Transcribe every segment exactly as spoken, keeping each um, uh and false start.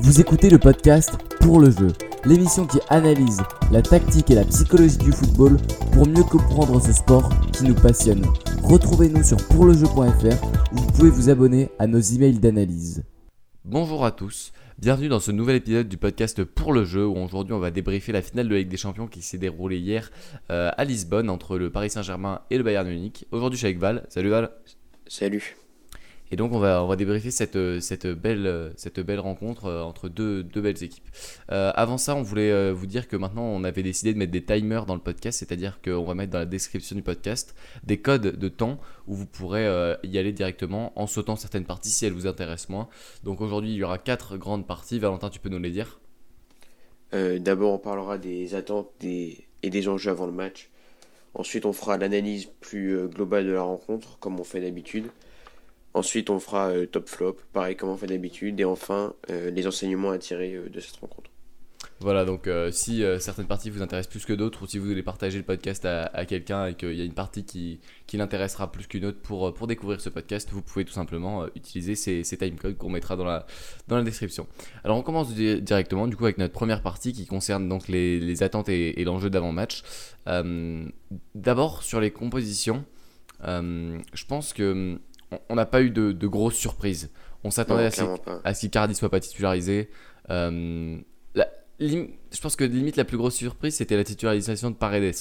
Vous écoutez le podcast Pour le jeu, l'émission qui analyse la tactique et la psychologie du football pour mieux comprendre ce sport qui nous passionne. Retrouvez-nous sur pourlejeu point f r où vous pouvez vous abonner à nos emails d'analyse. Bonjour à tous, bienvenue dans ce nouvel épisode du podcast Pour le jeu où aujourd'hui on va débriefer la finale de la Ligue des Champions qui s'est déroulée hier euh, à Lisbonne entre le Paris Saint-Germain et le Bayern Munich. Aujourd'hui je suis avec Val, salut Val. Salut. Et donc on va, on va débriefer cette, cette, belle, cette belle rencontre euh, entre deux, deux belles équipes. Euh, avant ça, on voulait euh, vous dire que maintenant on avait décidé de mettre des timers dans le podcast, c'est-à-dire qu'on va mettre dans la description du podcast des codes de temps où vous pourrez euh, y aller directement en sautant certaines parties si elles vous intéressent moins. Donc aujourd'hui il y aura quatre grandes parties. Valentin, tu peux nous les dire ? euh, D'abord on parlera des attentes des... et des enjeux avant le match. Ensuite on fera l'analyse plus euh, globale de la rencontre comme on fait d'habitude. Ensuite, on fera euh, top flop, pareil comme on fait d'habitude. Et enfin, euh, les enseignements à tirer euh, de cette rencontre. Voilà, donc euh, si euh, certaines parties vous intéressent plus que d'autres, ou si vous voulez partager le podcast à, à quelqu'un et qu'il y a une partie qui, qui l'intéressera plus qu'une autre pour, pour découvrir ce podcast, vous pouvez tout simplement euh, utiliser ces, ces timecodes qu'on mettra dans la, dans la description. Alors on commence di- directement du coup avec notre première partie qui concerne donc les, les attentes et, et l'enjeu d'avant-match. Euh, d'abord sur les compositions, euh, je pense que on n'a pas eu de, de grosses surprises. On s'attendait Non, à ce qu'Icardi soit pas titularisé. Euh, la, lim, je pense que limite la plus grosse surprise, c'était la titularisation de Paredes.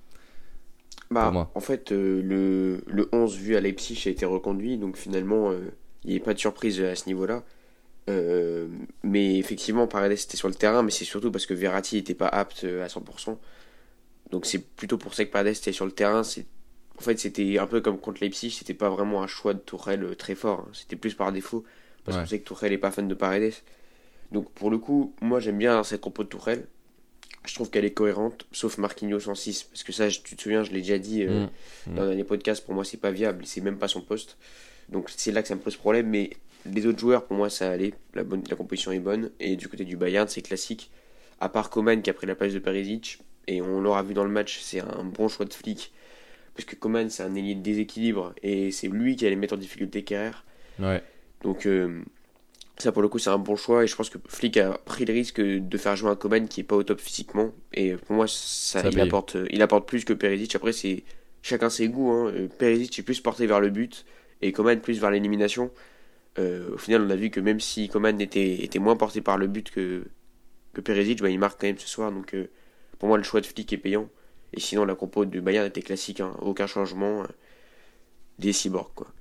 Bah, moi. En fait, euh, le, le onze vu à Leipzig a été reconduit, donc finalement, euh, il n'y a pas de surprise à ce niveau-là. Euh, mais effectivement, Paredes était sur le terrain, mais c'est surtout parce que Verratti n'était pas apte à cent pour cent. Donc c'est plutôt pour ça que Paredes était sur le terrain. C'est En fait, c'était un peu comme contre Leipzig, c'était pas vraiment un choix de Tourelle très fort, hein. C'était plus par défaut, parce ouais. qu'on sait que Tourelle est pas fan de Paredes. Donc pour le coup, moi j'aime bien cette compo de Tourelle. Je trouve qu'elle est cohérente, sauf Marquinhos en six, parce que ça, tu te souviens, je l'ai déjà dit euh, mmh. dans les podcasts, pour moi c'est pas viable, c'est même pas son poste. Donc c'est là que ça me pose problème, mais les autres joueurs, pour moi ça allait, la, bonne, la composition est bonne, et du côté du Bayern, c'est classique, à part Coman qui a pris la place de Perisic, et on l'aura vu dans le match, c'est un bon choix de Flick. Parce que Coman c'est un ailier de déséquilibre et c'est lui qui allait mettre en difficulté Kerrer. Ouais. Donc euh, ça pour le coup c'est un bon choix et je pense que Flick a pris le risque de faire jouer un Coman qui est pas au top physiquement et pour moi ça, ça il, apporte, il apporte plus que Perisic. Après c'est chacun ses goûts, hein. Perisic est plus porté vers le but et Coman plus vers l'élimination. Euh, au final on a vu que même si Coman était, était moins porté par le but que, que Perisic, bah, il marque quand même ce soir. Donc euh, pour moi le choix de Flick est payant. Et sinon, la compo du Bayern était classique, hein. Aucun changement. Euh, des cyborgs, quoi.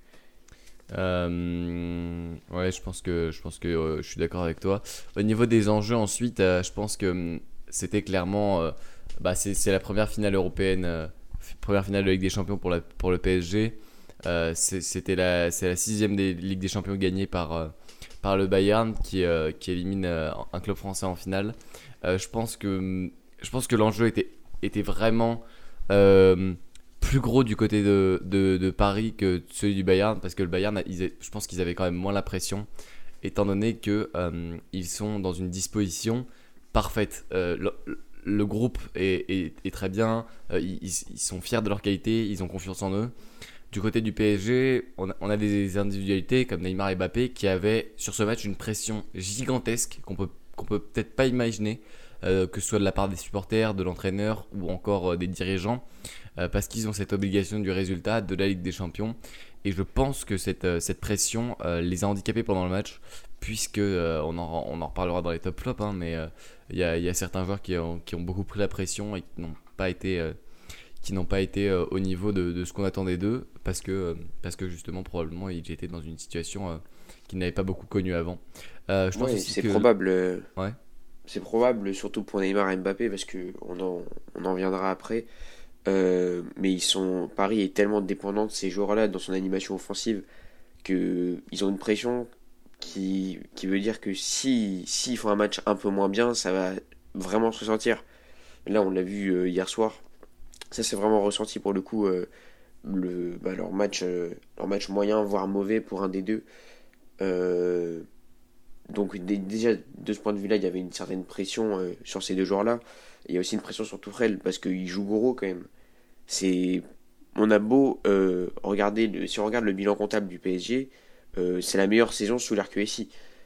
Euh, ouais, je pense que, je, pense que euh, je suis d'accord avec toi. Au niveau des enjeux, ensuite, euh, je pense que euh, c'était clairement. Euh, bah, c'est, c'est la première finale européenne, euh, première finale de Ligue des Champions pour, la, pour le P S G. Euh, c'est, c'était la, c'est la sixième des Ligue des Champions gagnée par, euh, par le Bayern qui, euh, qui élimine euh, un club français en finale. Euh, je, pense que, je pense que l'enjeu était. était vraiment euh, plus gros du côté de, de, de Paris que celui du Bayern parce que le Bayern, ils, je pense qu'ils avaient quand même moins la pression étant donné qu'ils euh, sont dans une disposition parfaite. Euh, le, le groupe est, est, est très bien, euh, ils, ils sont fiers de leur qualité, ils ont confiance en eux. Du côté du P S G, on a, on a des individualités comme Neymar et Mbappé qui avaient sur ce match une pression gigantesque qu'on peut, qu'on peut peut-être pas imaginer. Euh, que ce soit de la part des supporters, de l'entraîneur ou encore euh, des dirigeants, euh, parce qu'ils ont cette obligation du résultat de la Ligue des Champions. Et je pense que cette, euh, cette pression euh, les a handicapés pendant le match, puisque euh, on, en, on en reparlera dans les top flops, hein, mais il euh, y, y a certains joueurs qui ont, qui ont beaucoup pris la pression et qui n'ont pas été, euh, qui n'ont pas été euh, au niveau de, de ce qu'on attendait d'eux, parce que, euh, parce que justement, probablement, ils étaient dans une situation euh, qu'ils n'avaient pas beaucoup connue avant. Euh, je pense ouais, aussi c'est que... probable. Euh... Ouais. C'est probable, surtout pour Neymar et Mbappé, parce qu'on en, on en viendra après. Euh, mais ils sont, Paris est tellement dépendant de ces joueurs-là dans son animation offensive qu'ils ont une pression qui, qui veut dire que si, si ils font un match un peu moins bien, ça va vraiment se ressentir. Là, on l'a vu euh, hier soir. Ça, c'est vraiment ressenti pour le coup. Euh, le, bah, leur, match, euh, leur match moyen, voire mauvais pour un des deux. Euh... Donc déjà de ce point de vue là il y avait une certaine pression euh, sur ces deux joueurs là. Il y a aussi une pression sur Tourelle parce qu'il joue gros quand même. C'est... On a beau euh, regarder le... si on regarde le bilan comptable du P S G, euh, c'est la meilleure saison sous l'R Q S I.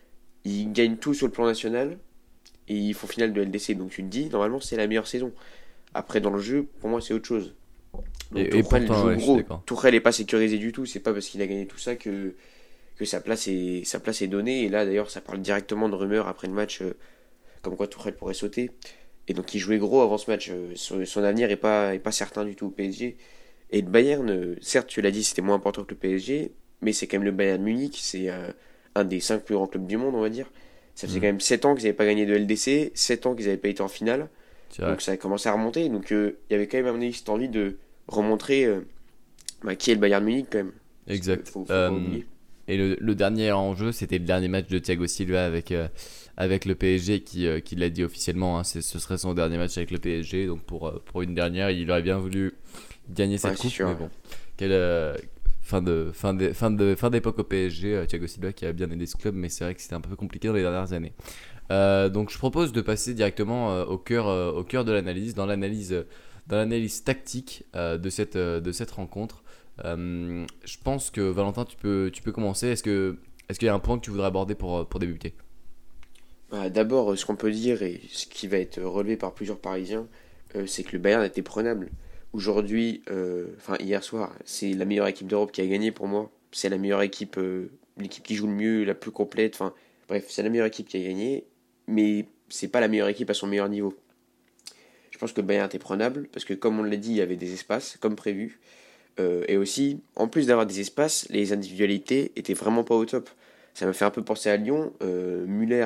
ils gagnent tout sur le plan national et ils font finale de L D C. Donc tu te dis, normalement, c'est la meilleure saison. Après, dans le jeu, pour moi, c'est autre chose. Donc, Et, et Tourelle pourtant, joue ouais, je suis gros. d'accord. Tourelle n'est pas sécurisé du tout. C'est pas parce qu'il a gagné tout ça que, que sa, place est, sa place est donnée. Et là, d'ailleurs, ça parle directement de rumeurs après le match, euh, comme quoi Tourelle pourrait sauter. Et donc, il jouait gros avant ce match. Euh, son, son avenir n'est pas, est pas certain du tout au P S G. Et le Bayern, euh, certes, tu l'as dit, c'était moins important que le P S G, mais c'est quand même le Bayern Munich. C'est euh, un des cinq plus grands clubs du monde, on va dire. Ça faisait Mm. quand même sept ans qu'ils n'avaient pas gagné de L D C, sept ans qu'ils n'avaient pas été en finale. C'est vrai. Donc ça a commencé à remonter. Donc euh, il y avait quand même à mon avis cette envie de remontrer euh, bah, qui est le Bayern Munich quand même. Parce que Exact. Faut, faut Euh, pas oublier. Et le, le dernier enjeu, c'était le dernier match de Thiago Silva avec, euh, avec le P S G qui, euh, qui l'a dit officiellement. Hein, c'est, ce serait son dernier match avec le P S G. Donc pour, euh, pour une dernière, il aurait bien voulu gagner cette Ouais, c'est coupe. sûr. Mais bon, quelle, euh, fin, de, fin, de, fin, de, fin d'époque au P S G. euh, Thiago Silva qui a bien aidé ce club, mais c'est vrai que c'était un peu compliqué dans les dernières années. Euh, donc je propose de passer directement euh, au, cœur, euh, au cœur de l'analyse, dans l'analyse, euh, dans l'analyse tactique euh, de, cette, euh, de cette rencontre. Euh, je pense que Valentin, tu peux, tu peux commencer. Est-ce que, est-ce qu'il y a un point que tu voudrais aborder pour, pour débuter? Bah, d'abord, euh, ce qu'on peut dire et ce qui va être relevé par plusieurs Parisiens, euh, c'est que le Bayern était prenable. Aujourd'hui, euh, enfin hier soir, c'est la meilleure équipe d'Europe qui a gagné pour moi. C'est la meilleure équipe, euh, l'équipe qui joue le mieux, la plus complète. Enfin, bref, c'est la meilleure équipe qui a gagné, mais c'est pas la meilleure équipe à son meilleur niveau. Je pense que le Bayern était prenable parce que, comme on l'a dit, il y avait des espaces comme prévu. Euh, et aussi, en plus d'avoir des espaces, les individualités étaient vraiment pas au top. Ça m'a fait un peu penser à Lyon. Euh, Müller,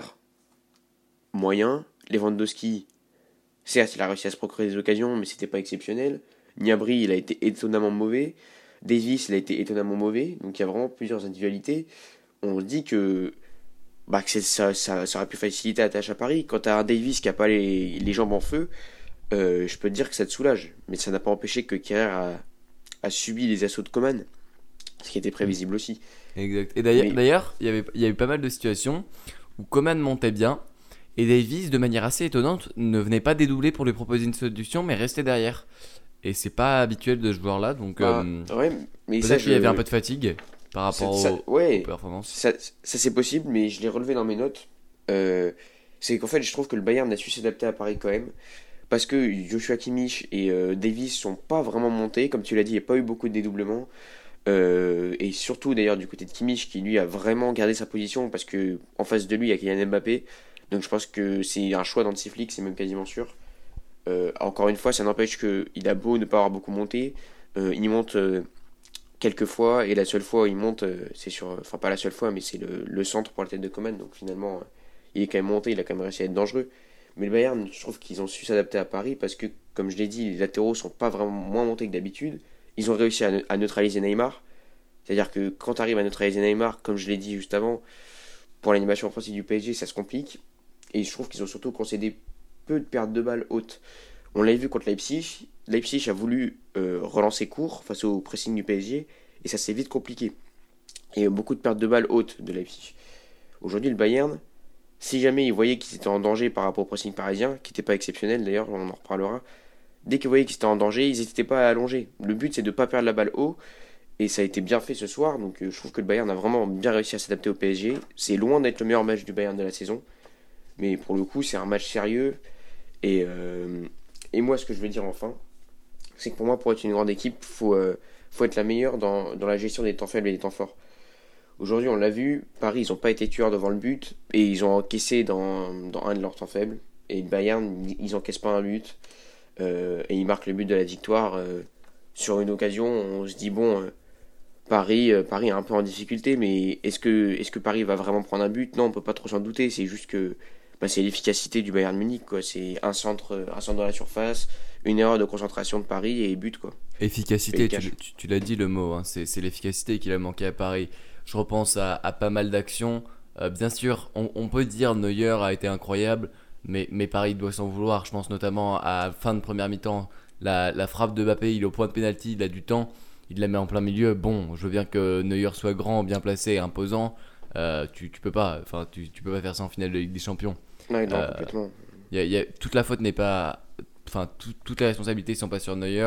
moyen. Lewandowski, certes, il a réussi à se procurer des occasions, mais c'était pas exceptionnel. Gnabry, il a été étonnamment mauvais. Davis, il a été étonnamment mauvais. Donc il y a vraiment plusieurs individualités. On se dit que, bah, que c'est- ça, ça, ça aurait pu faciliter la tâche à Paris. Quand t'as un Davis qui a pas les, les jambes en feu, euh, je peux te dire que ça te soulage. Mais ça n'a pas empêché que Kerrer a, a subi les assauts de Coman, ce qui était prévisible aussi. Exact. Et d'ailleurs, Mais- d'ailleurs, il y avait, il y a eu pas mal de situations où Coman montait bien et Davies, de manière assez étonnante, ne venait pas dédoubler pour lui proposer une solution, mais restait derrière. Et c'est pas habituel de ce joueur-là, donc Bah, euh, ouais, mais ça, peut-être qu'il y je- avait un peu de fatigue par ça- rapport ça- aux, ouais, aux performances. ça, ça c'est possible, mais je l'ai relevé dans mes notes. Euh, c'est qu'en fait, je trouve que le Bayern a su s'adapter à Paris quand même. Parce que Joshua Kimmich et euh, Davis sont pas vraiment montés. Comme tu l'as dit, il n'y a pas eu beaucoup de dédoublements. Euh, et surtout d'ailleurs du côté de Kimmich qui lui a vraiment gardé sa position parce que en face de lui il y a Kylian Mbappé. Donc je pense que c'est un choix dans le flics, c'est même quasiment sûr. Euh, encore une fois, ça n'empêche qu'il a beau ne pas avoir beaucoup monté. Euh, il monte euh, quelques fois et la seule fois où il monte, euh, c'est sur. Enfin, pas la seule fois, mais c'est le, le centre pour la tête de Coman. Donc finalement, euh, il est quand même monté, il a quand même réussi à être dangereux. Mais le Bayern, je trouve qu'ils ont su s'adapter à Paris parce que, comme je l'ai dit, les latéraux sont pas vraiment moins montés que d'habitude. Ils ont réussi à, ne- à neutraliser Neymar. C'est-à-dire que quand tu arrives à neutraliser Neymar, comme je l'ai dit juste avant, pour l'animation offensive du P S G, ça se complique. Et je trouve qu'ils ont surtout concédé peu de pertes de balles hautes. On l'a vu contre Leipzig. Leipzig a voulu euh, relancer court face au pressing du P S G et ça s'est vite compliqué. Et beaucoup de pertes de balles hautes de Leipzig. Aujourd'hui, le Bayern, si jamais ils voyaient qu'ils étaient en danger par rapport au pressing parisien, qui n'était pas exceptionnel d'ailleurs, on en reparlera, dès qu'ils voyaient qu'ils étaient en danger, ils n'hésitaient pas à allonger. Le but, c'est de ne pas perdre la balle haut. Et ça a été bien fait ce soir. Donc euh, je trouve que le Bayern a vraiment bien réussi à s'adapter au P S G. C'est loin d'être le meilleur match du Bayern de la saison. Mais pour le coup, c'est un match sérieux. Et, euh, et moi, ce que je veux dire enfin, c'est que pour moi, pour être une grande équipe, il faut, euh, faut être la meilleure dans, dans la gestion des temps faibles et des temps forts. Aujourd'hui, on l'a vu, Paris, ils n'ont pas été tueurs devant le but. Et ils ont encaissé dans, dans un de leurs temps faibles. Et le Bayern, ils n'encaissent pas un but. Euh, et ils marquent le but de la victoire. Euh, sur une occasion, on se dit, bon... Euh, Paris, euh, Paris est un peu en difficulté, mais est-ce que, est-ce que Paris va vraiment prendre un but? Non, on peut pas trop s'en douter. C'est juste que bah, c'est l'efficacité du Bayern Munich, quoi. C'est un centre, un centre dans la surface, une erreur de concentration de Paris et but, quoi. Efficacité, Et tu, cash. tu- tu l'as dit le mot, hein, c'est, c'est l'efficacité qu'il a manqué à Paris. Je repense à, à pas mal d'actions. Euh, bien sûr, on, on peut dire Neuer a été incroyable, mais, mais Paris doit s'en vouloir. Je pense notamment à fin de première mi-temps, la, la frappe de Mbappé, il est au point de pénalty, il a du temps, il la met en plein milieu. Bon, je veux bien que Neuer soit grand, bien placé, imposant. Euh, tu, tu peux pas, enfin tu, tu peux pas faire ça en finale de Ligue des Champions. Ouais, non, Euh, complètement. Y a- y a- toute la faute n'est pas, enfin tout- toutes les responsabilités sont pas sur Neuer.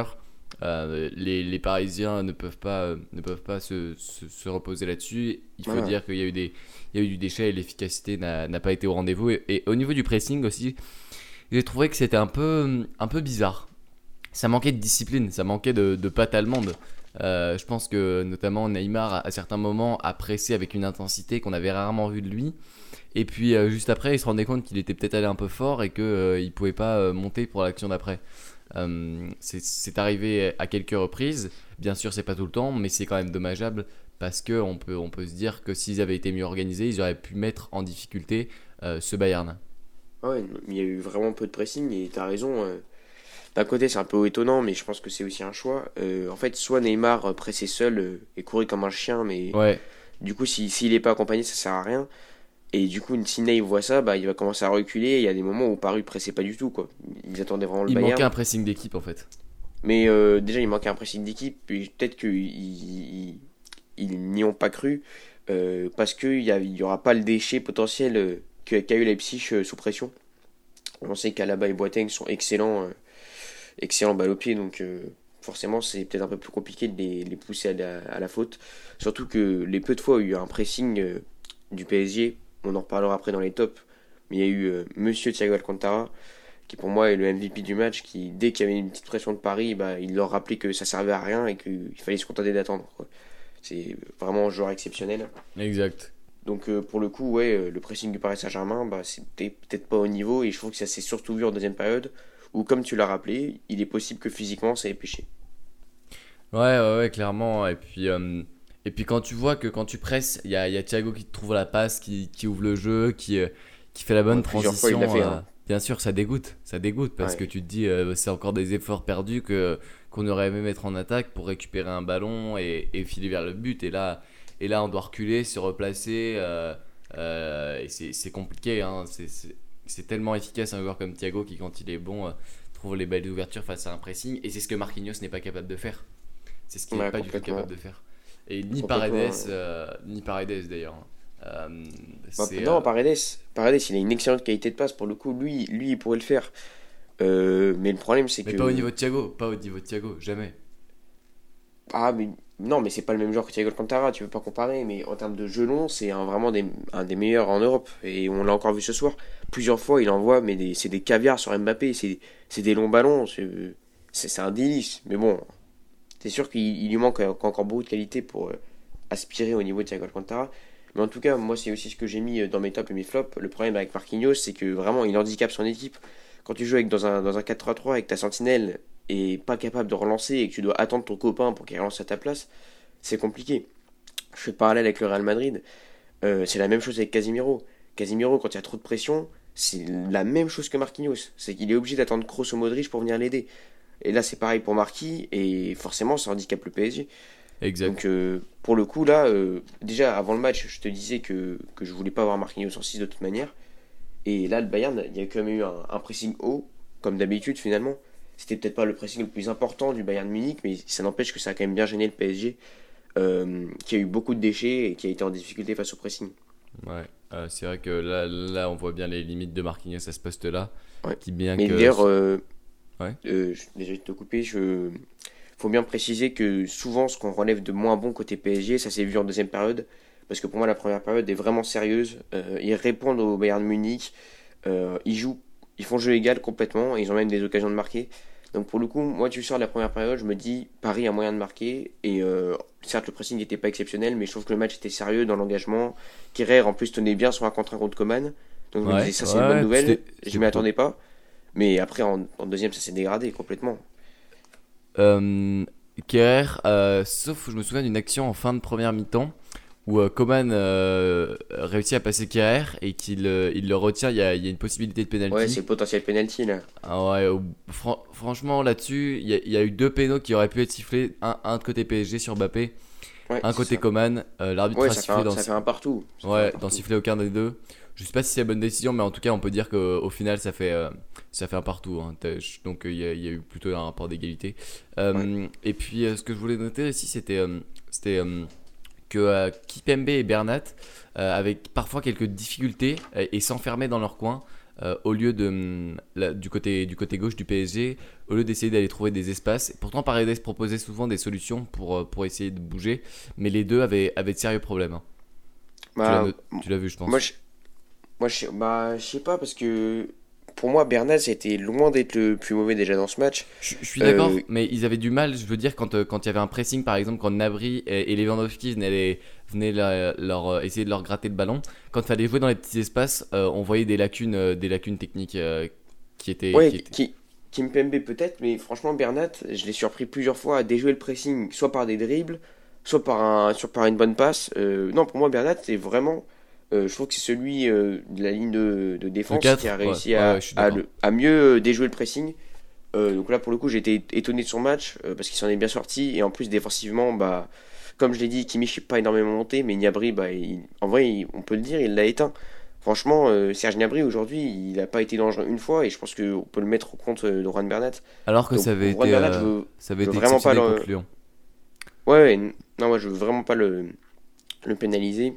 Euh, les, les Parisiens ne peuvent pas, euh, ne peuvent pas se, se, se reposer là-dessus. Il faut Ouais. dire qu'il y a eu, des, il y a eu du déchet et l'efficacité n'a, n'a pas été au rendez-vous. Et, et au niveau du pressing aussi, j'ai trouvé que c'était un peu, un peu bizarre. Ça manquait de discipline, ça manquait de, de patte allemande. Euh, je pense que notamment Neymar, à certains moments, a pressé avec une intensité qu'on avait rarement vue de lui. Et puis euh, juste après, il se rendait compte qu'il était peut-être allé un peu fort et qu'il euh, ne pouvait pas euh, monter pour l'action d'après. Euh, c'est, c'est arrivé à quelques reprises. Bien sûr, c'est pas tout le temps, mais c'est quand même dommageable parce qu'on peut, on peut se dire que s'ils avaient été mieux organisés, ils auraient pu mettre en difficulté euh, ce Bayern. Ouais, il y a eu vraiment peu de pressing et t'as raison. euh, D'un côté, c'est un peu étonnant, mais je pense que c'est aussi un choix. Euh, en fait, soit Neymar euh, pressait seul euh, et courait comme un chien, mais Ouais, du coup, si, s'il n'est pas accompagné, ça sert à rien. Et du coup, si Ney voit ça, bah, il va commencer à reculer. Et il y a des moments où Paris pressait pas du tout, quoi. Ils attendaient vraiment le il manquait Bayern. un pressing d'équipe en fait. Mais euh, déjà, il manquait un pressing d'équipe. Puis peut-être qu'ils ils, ils n'y ont pas cru. euh, parce qu'il n'y aura pas le déchet potentiel euh, qu'a qu'a eu Leipzig euh, sous pression. On sait qu'Alaba et Boateng sont excellents. euh, excellent balle au pied, donc euh, forcément c'est peut-être un peu plus compliqué de les, les pousser à la, à la faute. Surtout que les peu de fois où il y a eu un pressing euh, du P S G, on en reparlera après dans les tops, mais il y a eu euh, Monsieur Thiago Alcantara, qui pour moi est le M V P du match, qui dès qu'il y avait une petite pression de Paris, bah, il leur rappelait que ça servait à rien et qu'il fallait se contenter d'attendre, quoi. C'est vraiment un joueur exceptionnel. Exact. Donc euh, pour le coup, ouais, euh, le pressing du Paris Saint-Germain, bah, c'était peut-être pas au niveau, et je trouve que ça s'est surtout vu en deuxième période, où comme tu l'as rappelé, il est possible que physiquement ça ait péché. Ouais, ouais, ouais, clairement. Et puis, euh, et puis quand tu vois que quand tu presses, il y a, il y a Thiago qui te trouve la passe, qui, qui ouvre le jeu, qui, euh, qui fait la bonne Ouais, plusieurs fois, il transition. l'a fait, euh, hein. bien sûr, ça dégoûte. Ça dégoûte parce que Ouais. tu te dis, euh, c'est encore des efforts perdus que, qu'on aurait aimé mettre en attaque pour récupérer un ballon et, et filer vers le but. Et là, et là, on doit reculer, se replacer. euh, euh, et c'est, c'est compliqué, hein. C'est, c'est, c'est tellement efficace un joueur comme Thiago qui, quand il est bon, euh, trouve les belles ouvertures face à un pressing. Et c'est ce que Marquinhos n'est pas capable de faire. C'est ce qu'il n'est Ouais, pas du tout complètement. capable de faire. Et ni Complètement, Paredes, ouais. euh, ni Paredes d'ailleurs. Euh, Bah, c'est, euh, non, Paredes, Paredes, il a une excellente qualité de passe pour le coup. Lui, lui il pourrait le faire. Euh, mais le problème, c'est mais que. pas au niveau de Thiago, pas au niveau de Thiago, jamais. Ah, mais non, mais c'est pas le même genre que Thiago Alcantara, tu peux pas comparer. Mais en termes de jeu long, c'est un, vraiment des, un des meilleurs en Europe. Et on l'a encore vu ce soir. Plusieurs fois, il envoie, mais des, c'est des caviars sur Mbappé. C'est, c'est des longs ballons. C'est, c'est, c'est un délice. Mais bon, c'est sûr qu'il il lui manque encore beaucoup de qualité pour euh, aspirer au niveau de Thiago Alcantara. Mais en tout cas, moi, c'est aussi ce que j'ai mis dans mes tops et mes flops. Le problème avec Marquinhos, c'est que vraiment, il handicape son équipe. Quand tu joues avec, dans un, dans un quatre trois trois avec ta sentinelle et pas capable de relancer et que tu dois attendre ton copain pour qu'il relance à ta place, c'est compliqué. Je fais le parallèle avec le Real Madrid. Euh, c'est la même chose avec Casemiro. Casemiro, quand il y a trop de pression, c'est la même chose que Marquinhos. C'est qu'il est obligé d'attendre Kroos ou Modric pour venir l'aider. Et là, c'est pareil pour Marquis, et forcément, ça handicape le P S G. Exact. Donc, euh, pour le coup, là, euh, déjà, avant le match, je te disais que, que je voulais pas avoir Marquinhos en six de toute manière. Et là, le Bayern, il y a quand même eu un, un pressing haut, comme d'habitude, finalement. C'était peut-être pas le pressing le plus important du Bayern Munich, mais ça n'empêche que ça a quand même bien gêné le P S G, euh, qui a eu beaucoup de déchets et qui a été en difficulté face au pressing. Ouais. Euh, c'est vrai que là, là, on voit bien les limites de Marquinhos à ce poste-là. Ouais. Qui bien Mais que... d'ailleurs, euh, Ouais. euh, je- déjà, je vais te couper, je... faut bien préciser que souvent, ce qu'on relève de moins bon côté P S G, ça s'est vu en deuxième période. Parce que pour moi, la première période est vraiment sérieuse. Euh, ils répondent au Bayern Munich. Euh, ils jouent, ils font jeu égal complètement. Et ils ont même des occasions de marquer. Donc pour le coup, moi, tu sors de la première période, je me dis, Paris a moyen de marquer. Et euh, certes, le pressing n'était pas exceptionnel, mais je trouve que le match était sérieux dans l'engagement. Kerrer, en plus, tenait bien sur un contre un contre Coman. Donc je me Ouais, disais, ça, c'est ouais, une bonne ouais, nouvelle. c'était- Je c'était m'y attendais pas. Mais après, en, en deuxième, ça s'est dégradé complètement. Euh, Kerrer, euh, sauf je me souviens d'une action en fin de première mi-temps où euh, Coman euh, réussit à passer Kerrer et qu'il euh, il le retient. Il y a, il y a une possibilité de Ouais, penalty. c'est le potentiel penalty là. Ah ouais, au- fran- franchement, là-dessus, il y, a- il y a eu deux pénaux qui auraient pu être sifflés. Un, un de côté P S G sur Mbappé, Ouais, un c'est côté ça. Coman. Euh, L'arbitre Ouais, a ça fait, sifflé un, dans, ça fait un partout. Ça fait un ouais, partout. dans siffler aucun des deux. Je sais pas si c'est la bonne décision, mais en tout cas, on peut dire qu'au final, ça fait, euh, ça fait un partout, hein. T'as- je- Donc, il y, a il y a eu plutôt un rapport d'égalité. Euh, Ouais. Et puis, euh, ce que je voulais noter aussi, c'était euh, c'était, euh, que euh, Kipembe et Bernat, euh, avec parfois quelques difficultés et, et s'enfermaient dans leur coin. Euh, au lieu de la, du, côté, du côté gauche du P S G, au lieu d'essayer d'aller trouver des espaces. Pourtant, Paredes proposait souvent des solutions pour, pour essayer de bouger, mais les deux avaient, avaient de sérieux problèmes. Hein. Bah, tu, l'as, tu l'as vu, je pense. Moi, je, moi, je, bah, je sais pas, parce que pour moi, Bernat, c'était loin d'être le plus mauvais déjà dans ce match. Je, je suis d'accord, euh... mais ils avaient du mal, je veux dire, quand il quand y avait un pressing, par exemple, quand Gnabry et, et Lewandowski venaient, venaient leur, leur, essayer de leur gratter le ballon. Quand il fallait jouer dans les petits espaces, euh, on voyait des lacunes, euh, des lacunes techniques euh, qui étaient... Ouais, qui étaient... Qui, Kimpembe peut-être, mais franchement, Bernat, je l'ai surpris plusieurs fois à déjouer le pressing, soit par des dribbles, soit par, un, soit par une bonne passe. Euh, non, pour moi, Bernat, c'est vraiment... Euh, je trouve que c'est celui euh, de la ligne de, de défense quatre, qui a réussi ouais, à, ouais, à, le, à mieux déjouer le pressing. Euh, donc là, pour le coup, j'ai été étonné de son match euh, parce qu'il s'en est bien sorti. Et en plus, défensivement, bah, comme je l'ai dit, Kimmich n'est pas énormément monté, mais Gnabry, bah, il, en vrai, il, on peut le dire, il l'a éteint. Franchement, euh, Serge Gnabry, aujourd'hui, il n'a pas été dangereux une fois et je pense qu'on peut le mettre au compte de Juan Bernat. Alors que donc, ça avait été, Bernat, euh, veux, ça avait été vraiment pas le... contre Lyon. Ouais, ouais, non, moi, je veux vraiment pas le, le pénaliser.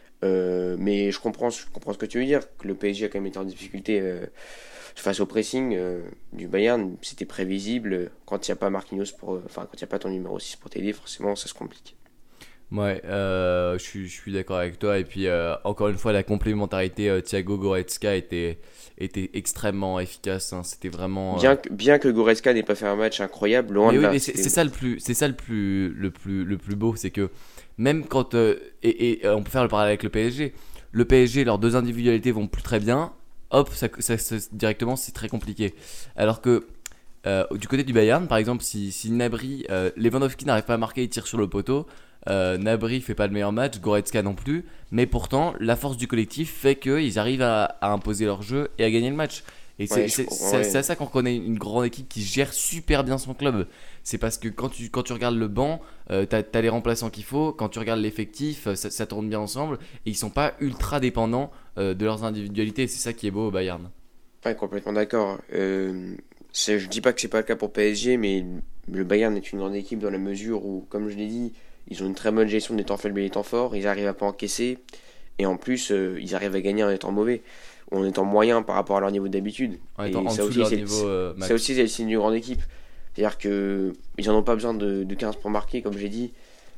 Euh, mais je comprends, je comprends ce que tu veux dire, que le P S G a quand même été en difficulté euh, face au pressing euh, du Bayern, c'était prévisible. Quand il n'y a pas Marquinhos, pour, enfin quand il n'y a pas ton numéro six pour t'aider, forcément ça se complique. Ouais, euh, je, suis, je suis d'accord avec toi. Et puis euh, encore une fois, la complémentarité euh, Thiago Goretzka était, était extrêmement efficace. Hein. C'était vraiment. Euh... Bien, que, bien que Goretzka n'ait pas fait un match incroyable, loin mais de oui, là. Mais c'est, c'est ça le plus, c'est ça le plus, le plus, le plus beau, c'est que même quand euh, et, et on peut faire le parallèle avec le P S G. Le P S G, leurs deux individualités vont plus très bien. Hop, ça, ça, ça, directement, c'est très compliqué. Alors que euh, du côté du Bayern, par exemple, si, si Gnabry, euh, Lewandowski n'arrive pas à marquer, il tire sur le poteau. Euh, Gnabry fait pas le meilleur match, Goretzka non plus. Mais pourtant, la force du collectif fait qu'ils arrivent à, à imposer leur jeu et à gagner le match. Et c'est, ouais, c'est, c'est, ouais. c'est à ça qu'on reconnaît une grande équipe qui gère super bien son club. C'est parce que quand tu, quand tu regardes le banc, euh, t'as, t'as les remplaçants qu'il faut. Quand tu regardes l'effectif, ça, ça tourne bien ensemble. Et ils sont pas ultra dépendants euh, de leurs individualités. C'est ça qui est beau au Bayern. Ouais, complètement d'accord. Euh, c'est, je dis pas que c'est pas le cas pour P S G, mais le Bayern est une grande équipe dans la mesure où, comme je l'ai dit, ils ont une très bonne gestion des temps faibles et des temps forts. Ils arrivent à pas encaisser. Et en plus, euh, ils arrivent à gagner en étant mauvais. En étant moyen par rapport à leur niveau d'habitude. En et étant en ça, aussi, leur c'est, niveau, euh, ça aussi, c'est le signe d'une grande équipe. C'est-à-dire qu'ils n'en ont pas besoin de, de quinze pour marquer, comme j'ai dit.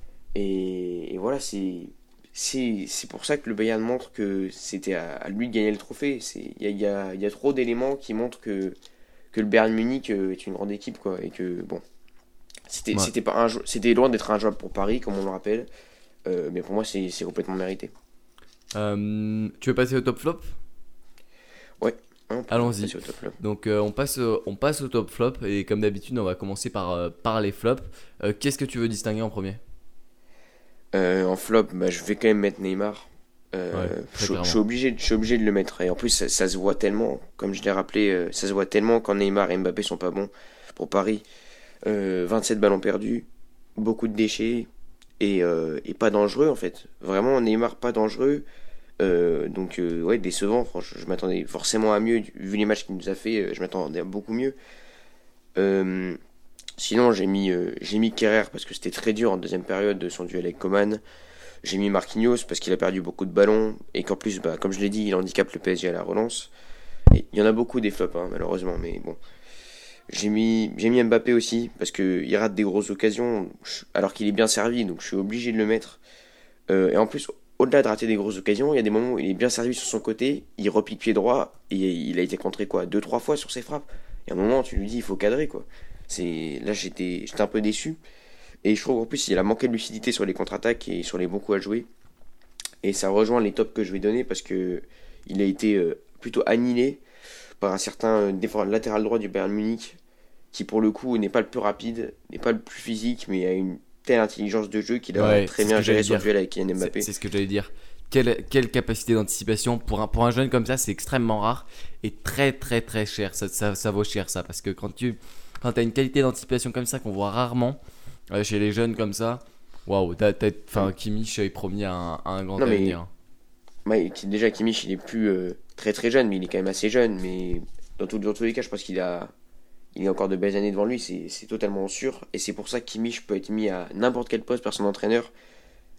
Et, et voilà, c'est, c'est, c'est pour ça que le Bayern montre que c'était à, à lui de gagner le trophée. Il y a, y, a, y a trop d'éléments qui montrent que, que le Bayern Munich est une grande équipe. Quoi, et que, bon, c'était, ouais. c'était, pas un, c'était loin d'être injouable pour Paris, comme on le rappelle. Euh, mais pour moi, c'est, c'est complètement mérité. Euh, tu veux passer au top flop ? Ouais. Allons-y. Donc euh, on, passe, euh, on passe au top flop et comme d'habitude on va commencer par, euh, par les flops. Euh, qu'est-ce que tu veux distinguer en premier ? euh, En flop, bah, je vais quand même mettre Neymar. Euh, ouais, je, je, suis obligé, je suis obligé de le mettre. Et en plus ça, ça se voit tellement, comme je l'ai rappelé, euh, ça se voit tellement quand Neymar et Mbappé sont pas bons pour Paris. Euh, vingt-sept ballons perdus, beaucoup de déchets et, euh, et pas dangereux en fait. Vraiment Neymar pas dangereux. Euh, donc euh, ouais, décevant. Franchement, je m'attendais forcément à mieux vu les matchs qu'il nous a fait. Je m'attendais à beaucoup mieux. Euh, sinon j'ai mis euh, j'ai mis Kerrer parce que c'était très dur en deuxième période de son duel avec Coman. J'ai mis Marquinhos parce qu'il a perdu beaucoup de ballons et qu'en plus bah, comme je l'ai dit il handicape le P S G à la relance. Et il y en a beaucoup des flops hein, malheureusement, mais bon. J'ai mis j'ai mis Mbappé aussi parce que il rate des grosses occasions alors qu'il est bien servi, donc je suis obligé de le mettre. Euh, et en plus au-delà de rater des grosses occasions, il y a des moments où il est bien servi sur son côté, il repique pied droit, et il a été contré quoi, deux trois fois sur ses frappes. Et à un moment, tu lui dis, il faut cadrer quoi. C'est... Là, j'étais... j'étais un peu déçu. Et je trouve qu'en plus, il a manqué de lucidité sur les contre-attaques et sur les bons coups à jouer. Et ça rejoint les tops que je vais donner parce que il a été plutôt annihilé par un certain latéral droit du Bayern Munich, qui pour le coup n'est pas le plus rapide, n'est pas le plus physique, mais a une telle intelligence de jeu qu'il a ouais, très bien géré son duel avec Kylian Mbappé. C'est, c'est ce que j'allais dire. Quelle, quelle capacité d'anticipation pour un, pour un jeune comme ça, c'est extrêmement rare et très très très cher. Ça, ça, ça vaut cher ça, parce que quand tu quand as une qualité d'anticipation comme ça qu'on voit rarement euh, chez les jeunes comme ça, waouh, enfin Kimmich est promis à un, à un grand non, avenir. Mais, ouais, déjà Kimmich il est plus euh, très très jeune, mais il est quand même assez jeune. Mais dans, tout, dans tous les cas, je pense qu'il a il a encore de belles années devant lui, c'est, c'est totalement sûr. Et c'est pour ça que Kimmich peut être mis à n'importe quel poste par son entraîneur.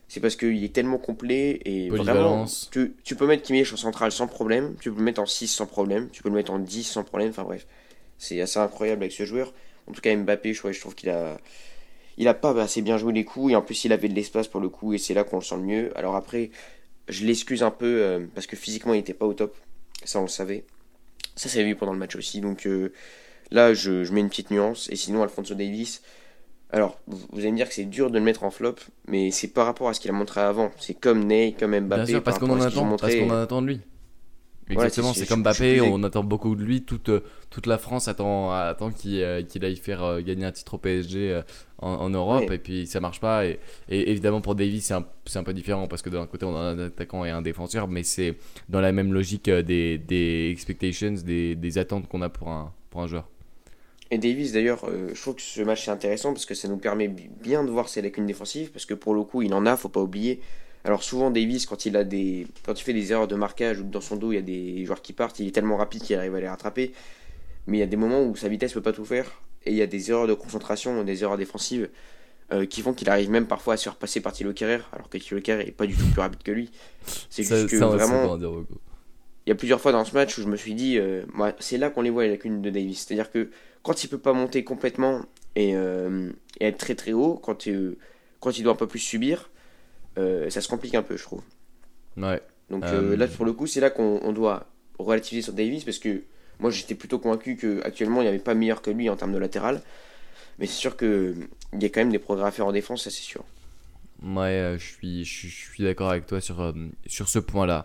c'est parce qu'il est tellement complet et vraiment, tu, tu peux mettre Kimmich en centrale sans problème, tu peux le mettre en six sans problème, tu peux le mettre en dix sans problème, enfin bref, c'est assez incroyable avec ce joueur. En tout cas, Mbappé, je, ouais, je trouve qu'il a, il a pas assez bien joué les coups et en plus il avait de l'espace pour le coup et c'est là qu'on le sent le mieux. Alors après, je l'excuse un peu euh, parce que physiquement il était pas au top, ça on le savait, ça s'est vu pendant le match aussi, donc euh, là je, je mets une petite nuance. Et sinon Alphonso Davies, alors vous allez me dire que c'est dur de le mettre en flop, mais c'est par rapport à ce qu'il a montré avant, c'est comme Ney, comme Mbappé. Bien sûr, parce qu'on en attend, montré... parce qu'on en attend de lui. Exactement, ouais, c'est, c'est, c'est comme Mbappé, on attend beaucoup de lui, toute, toute la France attend, attend qu'il, euh, qu'il aille faire euh, gagner un titre au P S G euh, en, en Europe, ouais. Et puis ça marche pas. Et, et évidemment pour Davies c'est un, c'est un peu différent parce que d'un côté on a un attaquant et un défenseur, mais c'est dans la même logique des, des expectations, des, des attentes qu'on a pour un, pour un joueur. Et Davies d'ailleurs, euh, je trouve que ce match c'est intéressant parce que ça nous permet bien de voir ses lacunes défensives, parce que pour le coup il en a, faut pas oublier. Alors souvent Davies, quand il a des, quand il fait des erreurs de marquage ou dans son dos il y a des joueurs qui partent, il est tellement rapide qu'il arrive à les rattraper. Mais il y a des moments où sa vitesse peut pas tout faire et il y a des erreurs de concentration, des erreurs défensives euh, qui font qu'il arrive même parfois à se repasser par Thilo Kehrer, alors que Thilo Kehrer est pas du tout plus rapide que lui. C'est ça, juste que ça, vraiment, il y a plusieurs fois dans ce match où je me suis dit, euh, moi, c'est là qu'on les voit les lacunes de Davies. C'est-à-dire que quand il peut pas monter complètement et, euh, et être très très haut, quand, euh, quand il doit un peu plus subir. Euh, ça se complique un peu, je trouve. Ouais. Donc euh... Euh, là, pour le coup, c'est là qu'on on doit relativiser sur Davies, parce que moi, j'étais plutôt convaincu qu'actuellement, il n'y avait pas meilleur que lui en termes de latéral. Mais c'est sûr qu'il y a quand même des progrès à faire en défense, ça c'est sûr. Ouais, euh, je suis, je, je suis d'accord avec toi sur, euh, sur ce point-là.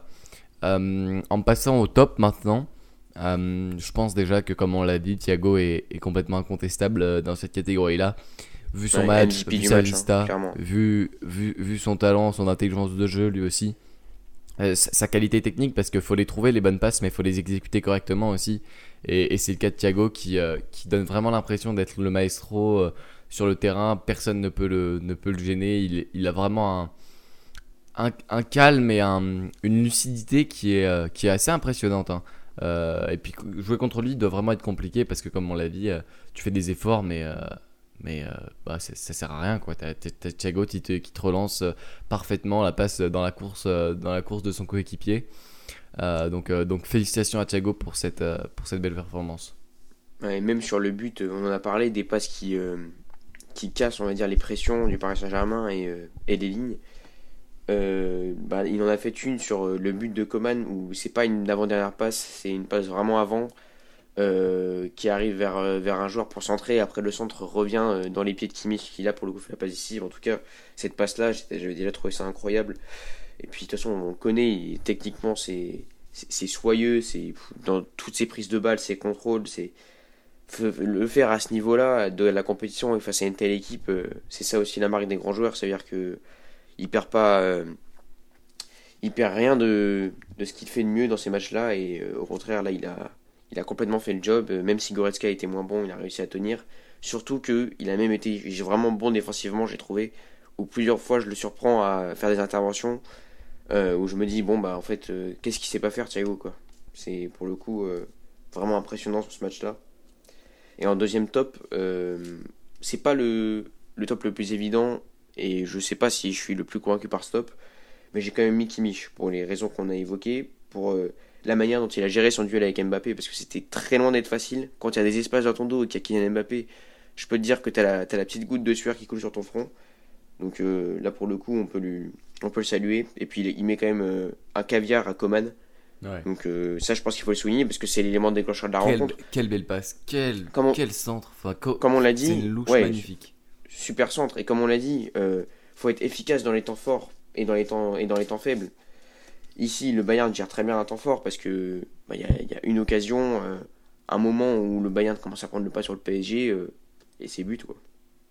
Euh, en passant au top maintenant, euh, je pense déjà que, comme on l'a dit, Thiago est, est complètement incontestable dans cette catégorie-là. Vu son ouais, match, vu sa match, vista, hein, vu, vu, vu son talent, son intelligence de jeu lui aussi, euh, sa, sa qualité technique, parce qu'il faut les trouver les bonnes passes, mais il faut les exécuter correctement aussi. Et, et c'est le cas de Thiago qui, euh, qui donne vraiment l'impression d'être le maestro euh, sur le terrain. Personne ne peut le, ne peut le gêner. Il, il a vraiment un, un, un calme et un, une lucidité qui est, euh, qui est assez impressionnante. Hein. Euh, et puis jouer contre lui doit vraiment être compliqué parce que, comme on l'a dit, euh, tu fais des efforts, mais... Euh, mais euh, bah, ça, ça sert à rien quoi. T'as, t'as Thiago qui te, qui te relance parfaitement la passe dans la course, dans la course de son coéquipier. Euh, donc, euh, donc félicitations à Thiago pour cette, euh, pour cette belle performance. Ouais, même sur le but, on en a parlé, des passes qui, euh, qui cassent, on va dire, les pressions du Paris Saint-Germain et, euh, et les lignes. Euh, bah, il en a fait une sur le but de Coman où c'est pas une avant-dernière passe, c'est une passe vraiment avant. Euh, qui arrive vers, vers un joueur pour centrer, après le centre revient dans les pieds de Kimmich qui là pour le coup fait la passe décisive. En tout cas cette passe là j'avais déjà trouvé ça incroyable, et puis de toute façon on le connaît, il, techniquement c'est, c'est, c'est soyeux, c'est, dans toutes ses prises de balles, ses contrôles, c'est, le faire à ce niveau là de la compétition et face à une telle équipe, c'est ça aussi la marque des grands joueurs, ça veut dire que il perd pas euh, il perd rien de, de ce qu'il fait de mieux dans ces matchs là, et euh, au contraire là il a Il a complètement fait le job, même si Goretzka était moins bon, il a réussi à tenir. Surtout qu'il a même été vraiment bon défensivement, j'ai trouvé. Où plusieurs fois je le surprends à faire des interventions euh, où je me dis, bon bah en fait, euh, qu'est-ce qu'il sait pas faire Thiago quoi. C'est pour le coup euh, vraiment impressionnant sur ce match-là. Et en deuxième top, euh, c'est pas le, le top le plus évident, et je sais pas si je suis le plus convaincu par ce top, mais j'ai quand même mis Kimmich pour les raisons qu'on a évoquées, pour... Euh, la manière dont il a géré son duel avec Mbappé, parce que c'était très loin d'être facile. Quand il y a des espaces dans ton dos et qu'il y a Kylian Mbappé, je peux te dire que t'as la, t'as la petite goutte de sueur qui coule sur ton front. Donc euh, là pour le coup on peut, lui, on peut le saluer. Et puis il met quand même euh, un caviar à Coman. Ouais. Donc euh, ça je pense qu'il faut le souligner parce que c'est l'élément déclencheur de la quelle, rencontre. Quelle belle passe, quel, on, quel centre, enfin, co- comme on l'a dit, c'est une louche ouais, magnifique. Super centre, et comme on l'a dit, euh, faut être efficace dans les temps forts et dans les temps, et dans les temps faibles. Ici, le Bayern gère très bien un temps fort parce que bah, y, a, y a une occasion, euh, un moment où le Bayern commence à prendre le pas sur le P S G euh, et c'est but quoi.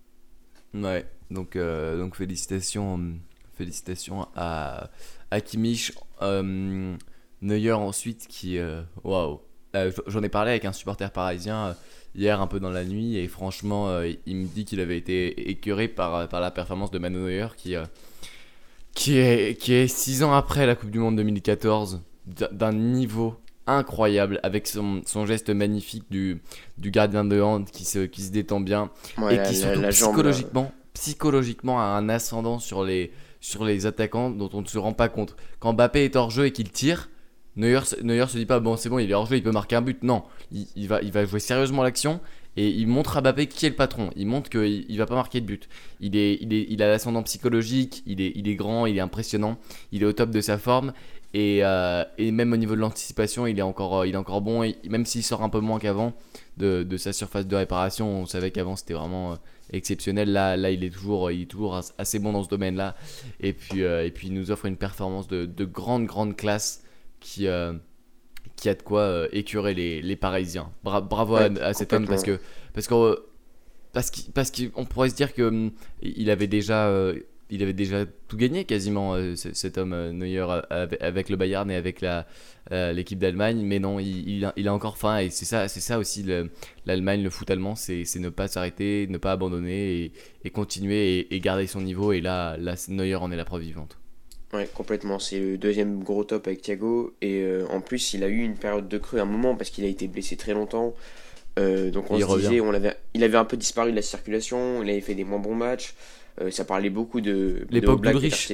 Ouais, donc, euh, donc félicitations, félicitations à, à Kimmich. Euh, Neuer ensuite qui, waouh, wow. J'en ai parlé avec un supporter parisien euh, hier un peu dans la nuit, et franchement, euh, il me dit qu'il avait été écœuré par, par la performance de Manuel Neuer qui euh, Qui est, qui est six ans après la Coupe du Monde deux mille quatorze, d'un niveau incroyable, avec son, son geste magnifique du, du gardien de hand qui se, qui se détend bien, ouais, et la, qui surtout la, la psychologiquement, jambe, psychologiquement a un ascendant sur les, sur les attaquants dont on ne se rend pas compte. Quand Mbappé est hors jeu et qu'il tire, Neuer, Neuer se dit pas bon c'est bon il est hors jeu, il peut marquer un but. Non, il, il, va, il va jouer sérieusement l'action et il montre à Mbappé qui est le patron. Il montre qu'il ne va pas marquer de but. Il, est, il, est, il a l'ascendant psychologique, il est, il est grand, il est impressionnant, il est au top de sa forme. Et, euh, et même au niveau de l'anticipation, il est encore, il est encore bon. Et même s'il sort un peu moins qu'avant de, de sa surface de réparation, on savait qu'avant c'était vraiment euh, exceptionnel. Là, là il, est toujours, il est toujours assez bon dans ce domaine-là. Et puis, euh, et puis il nous offre une performance de, de grande, grande classe qui, euh, qui a de quoi euh, écurer les, les Parisiens. Bra- bravo ouais, à, à cet homme parce que parce qu'on parce qu'il, parce qu'on pourrait se dire qu'il il avait déjà. Euh, Il avait déjà tout gagné quasiment, euh, cet homme euh, Neuer euh, avec le Bayern et avec la, euh, l'équipe d'Allemagne. Mais non, il, il, a, il a encore faim et c'est ça, c'est ça aussi le, l'Allemagne, le foot allemand, c'est, c'est ne pas s'arrêter, ne pas abandonner et, et continuer et, et garder son niveau. Et là, là, Neuer en est la preuve vivante. Ouais, complètement. C'est le deuxième gros top avec Thiago. Et euh, en plus, il a eu une période de creux à un moment parce qu'il a été blessé très longtemps. Euh, donc on il se revient. disait, on l'avait, il avait un peu disparu de la circulation, il avait fait des moins bons matchs. Euh, ça parlait beaucoup de l'époque de d'Ulrich.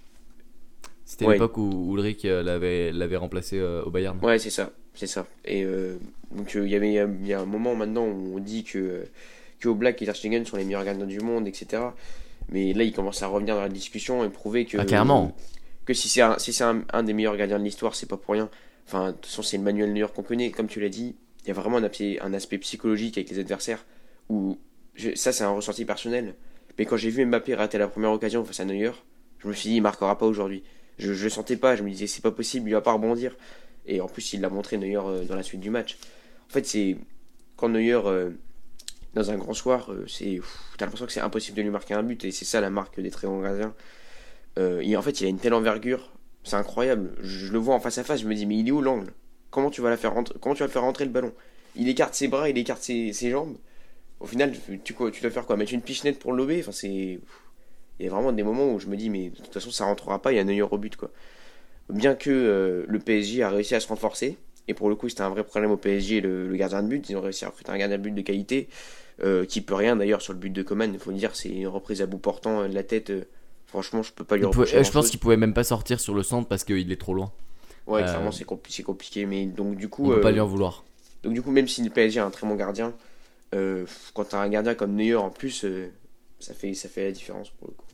C'était ouais. l'époque où Ulrich l'avait, l'avait remplacé euh, au Bayern. Ouais, c'est ça, c'est ça. Et euh, donc il euh, y avait il y a un moment maintenant où on dit que que Oblak et Ter Stegen sont les meilleurs gardiens du monde, et cetera. Mais là, il commence à revenir dans la discussion et prouver que ah, carrément. que si c'est un, si c'est un, un des meilleurs gardiens de l'histoire, c'est pas pour rien. Enfin, de toute façon, c'est le Manuel Neuer qu'on connaît, comme tu l'as dit. Il y a vraiment un aspect, un aspect psychologique avec les adversaires où je, ça, c'est un ressenti personnel. Mais quand j'ai vu Mbappé rater la première occasion face à Neuer, je me suis dit il marquera pas aujourd'hui. Je, je le sentais pas, je me disais c'est pas possible, il va pas rebondir. Et en plus il l'a montré Neuer euh, dans la suite du match. En fait c'est quand Neuer euh, dans un grand soir, euh, c'est pff, t'as l'impression que c'est impossible de lui marquer un but et c'est ça la marque des très grands gardiens. Euh, et en fait il a une telle envergure, c'est incroyable. Je, je le vois en face à face, je me dis mais il est où l'angle ? Comment tu vas la faire rentrer ? Comment tu vas faire rentrer le ballon ? Il écarte ses bras, il écarte ses, ses jambes. Au final, tu, tu dois faire quoi ? Mettre une pichenette pour le lober ? Enfin, c'est... Il y a vraiment des moments où je me dis, mais de toute façon, ça rentrera pas, il y a Neuer au but, quoi. Bien que euh, le P S G a réussi à se renforcer, et pour le coup, c'était un vrai problème au P S G, le, le gardien de but. Ils ont réussi à recruter un gardien de but de qualité, euh, qui peut rien d'ailleurs sur le but de Coman. Il faut dire, c'est une reprise à bout portant de la tête. Euh, franchement, je peux pas lui reprocher. Je pense qu'il pouvait même pas sortir sur le centre parce qu'il est trop loin. Ouais, euh... clairement, c'est, compli- c'est compliqué, mais donc du coup. On peut euh, pas lui en vouloir. Donc du coup, même si le P S G a un très bon gardien, Euh, quand tu as un gardien comme Neuer en plus, euh, ça, fait, ça fait la différence pour le coup.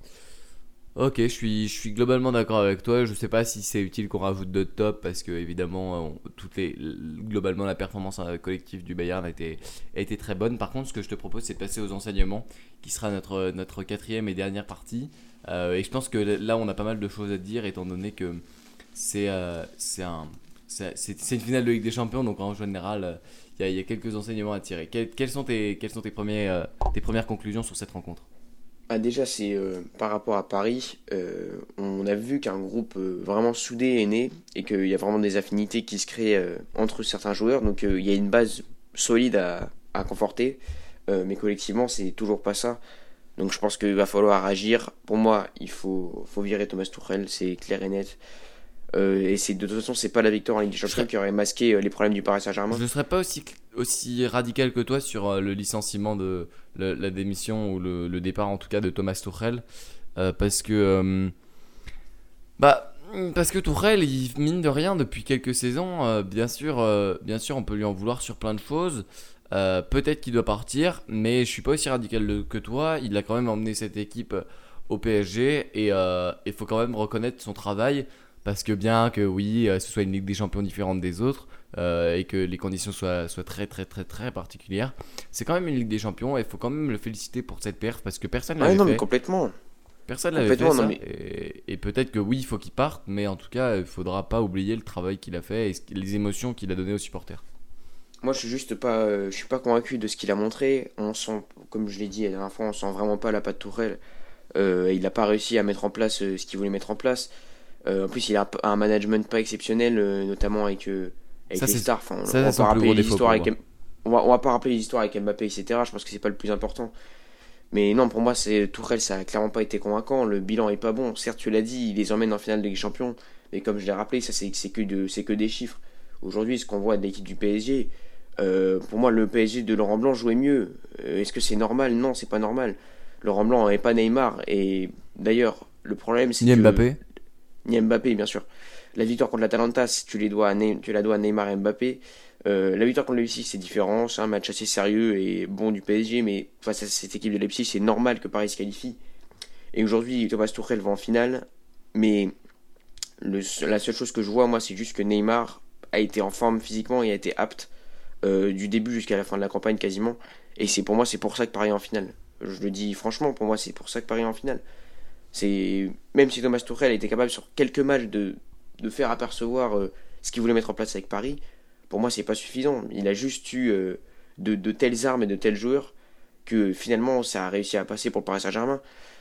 Ok, je suis, je suis globalement d'accord avec toi. Je sais pas si c'est utile qu'on rajoute de top parce que évidemment, on, toutes les, globalement la performance collective du Bayern a été, a été très bonne. Par contre, ce que je te propose, c'est de passer aux enseignements, qui sera notre, notre quatrième et dernière partie. Euh, et je pense que là, on a pas mal de choses à te dire, étant donné que c'est, euh, c'est, un, c'est, c'est, c'est une finale de Ligue des Champions, donc en général. Euh, Il y, a, il y a quelques enseignements à tirer. Quelles, quelles sont, tes, quelles sont tes, premiers, euh, tes premières conclusions sur cette rencontre ? Ah, déjà, c'est euh, par rapport à Paris, euh, on a vu qu'un groupe euh, vraiment soudé est né et qu'il y a vraiment des affinités qui se créent euh, entre certains joueurs. Donc euh, il y a une base solide à, à conforter, euh, mais collectivement, c'est toujours pas ça. Donc je pense qu'il va falloir agir. Pour moi, il faut, faut virer Thomas Tuchel, c'est clair et net. Euh, et c'est, de toute façon, c'est pas la victoire en Ligue des Champions serais... qui aurait masqué euh, les problèmes du Paris Saint-Germain. Je ne serais pas aussi, aussi radical que toi sur euh, le licenciement de le, la démission ou le, le départ en tout cas de Thomas Tuchel, euh, parce que euh, bah parce que Tuchel, il mine de rien depuis quelques saisons. Euh, bien sûr, euh, bien sûr, on peut lui en vouloir sur plein de choses. Euh, peut-être qu'il doit partir, mais je suis pas aussi radical que toi. Il a quand même emmené cette équipe au P S G et il euh, faut quand même reconnaître son travail. Parce que bien que oui, ce soit une Ligue des Champions différente des autres euh, et que les conditions soient, soient très très très très particulières, c'est quand même une Ligue des Champions et il faut quand même le féliciter pour cette perf parce que personne ne l'avait ouais, non, fait. Mais complètement. Personne ne l'avait fait ça. Mais... Et, et peut-être que oui, il faut qu'il parte, mais en tout cas, il ne faudra pas oublier le travail qu'il a fait et les émotions qu'il a données aux supporters. Moi, je suis juste pas, euh, je suis pas convaincu de ce qu'il a montré. On sent, comme je l'ai dit la dernière fois, on sent vraiment pas la patte Tourelle. Euh, il n'a pas réussi à mettre en place euh, ce qu'il voulait mettre en place. Euh, en plus, il a un management pas exceptionnel, euh, notamment avec, euh, avec ça, les stars. Enfin, on, ça, on, va pas rappeler les histoires avec, on, va, on va pas rappeler les histoires avec Mbappé, et cetera. Je pense que c'est pas le plus important. Mais non, pour moi, c'est Tourelle, ça a clairement pas été convaincant. Le bilan est pas bon. Certes, tu l'as dit, il les emmène en finale de Ligue des Champions. Mais comme je l'ai rappelé, ça c'est, c'est, que de, c'est que des chiffres. Aujourd'hui, ce qu'on voit de l'équipe du P S G, euh, pour moi, le P S G de Laurent Blanc jouait mieux. Euh, est-ce que c'est normal ? Non, c'est pas normal. Laurent Blanc n'est pas Neymar. Et d'ailleurs, Le problème, c'est Ni que... Mbappé. Ni Mbappé, bien sûr. La victoire contre l'Atalanta, tu, les dois à Ne- tu la dois à Neymar et Mbappé. Euh, la victoire contre le Leipzig, c'est différent. C'est un match assez sérieux et bon du P S G, mais face à cette équipe de Leipzig, c'est normal que Paris se qualifie. Et aujourd'hui, Thomas Tuchel va en finale. Mais le, la seule chose que je vois, moi, c'est juste que Neymar a été en forme physiquement et a été apte euh, du début jusqu'à la fin de la campagne quasiment. Et c'est pour moi, c'est pour ça que Paris est en finale. Je le dis franchement, pour moi, c'est pour ça que Paris est en finale. C'est même si Thomas Tuchel était capable sur quelques matchs de, de faire apercevoir euh, ce qu'il voulait mettre en place avec Paris, pour moi, c'est pas suffisant. Il a juste eu euh, de, de telles armes et de tels joueurs que finalement, ça a réussi à passer pour le Paris Saint-Germain.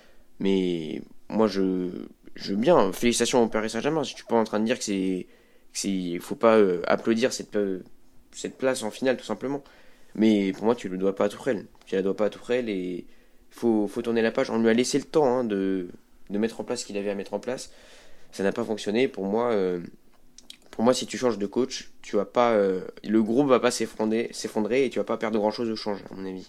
Mais moi, je, je veux bien. Félicitations au Paris Saint-Germain. Je suis pas en train de dire que c'est, que c'est, il faut pas euh, applaudir cette, euh, cette place en finale tout simplement. Mais pour moi, tu le dois pas à Tuchel. Tu la dois pas à Tuchel et il faut, faut tourner la page. On lui a laissé le temps hein, de, de mettre en place ce qu'il avait à mettre en place. Ça n'a pas fonctionné. Pour moi, euh, pour moi, si tu changes de coach, tu vas pas, euh, le groupe va pas s'effondrer, s'effondrer et tu vas pas perdre grand chose au change, à mon avis.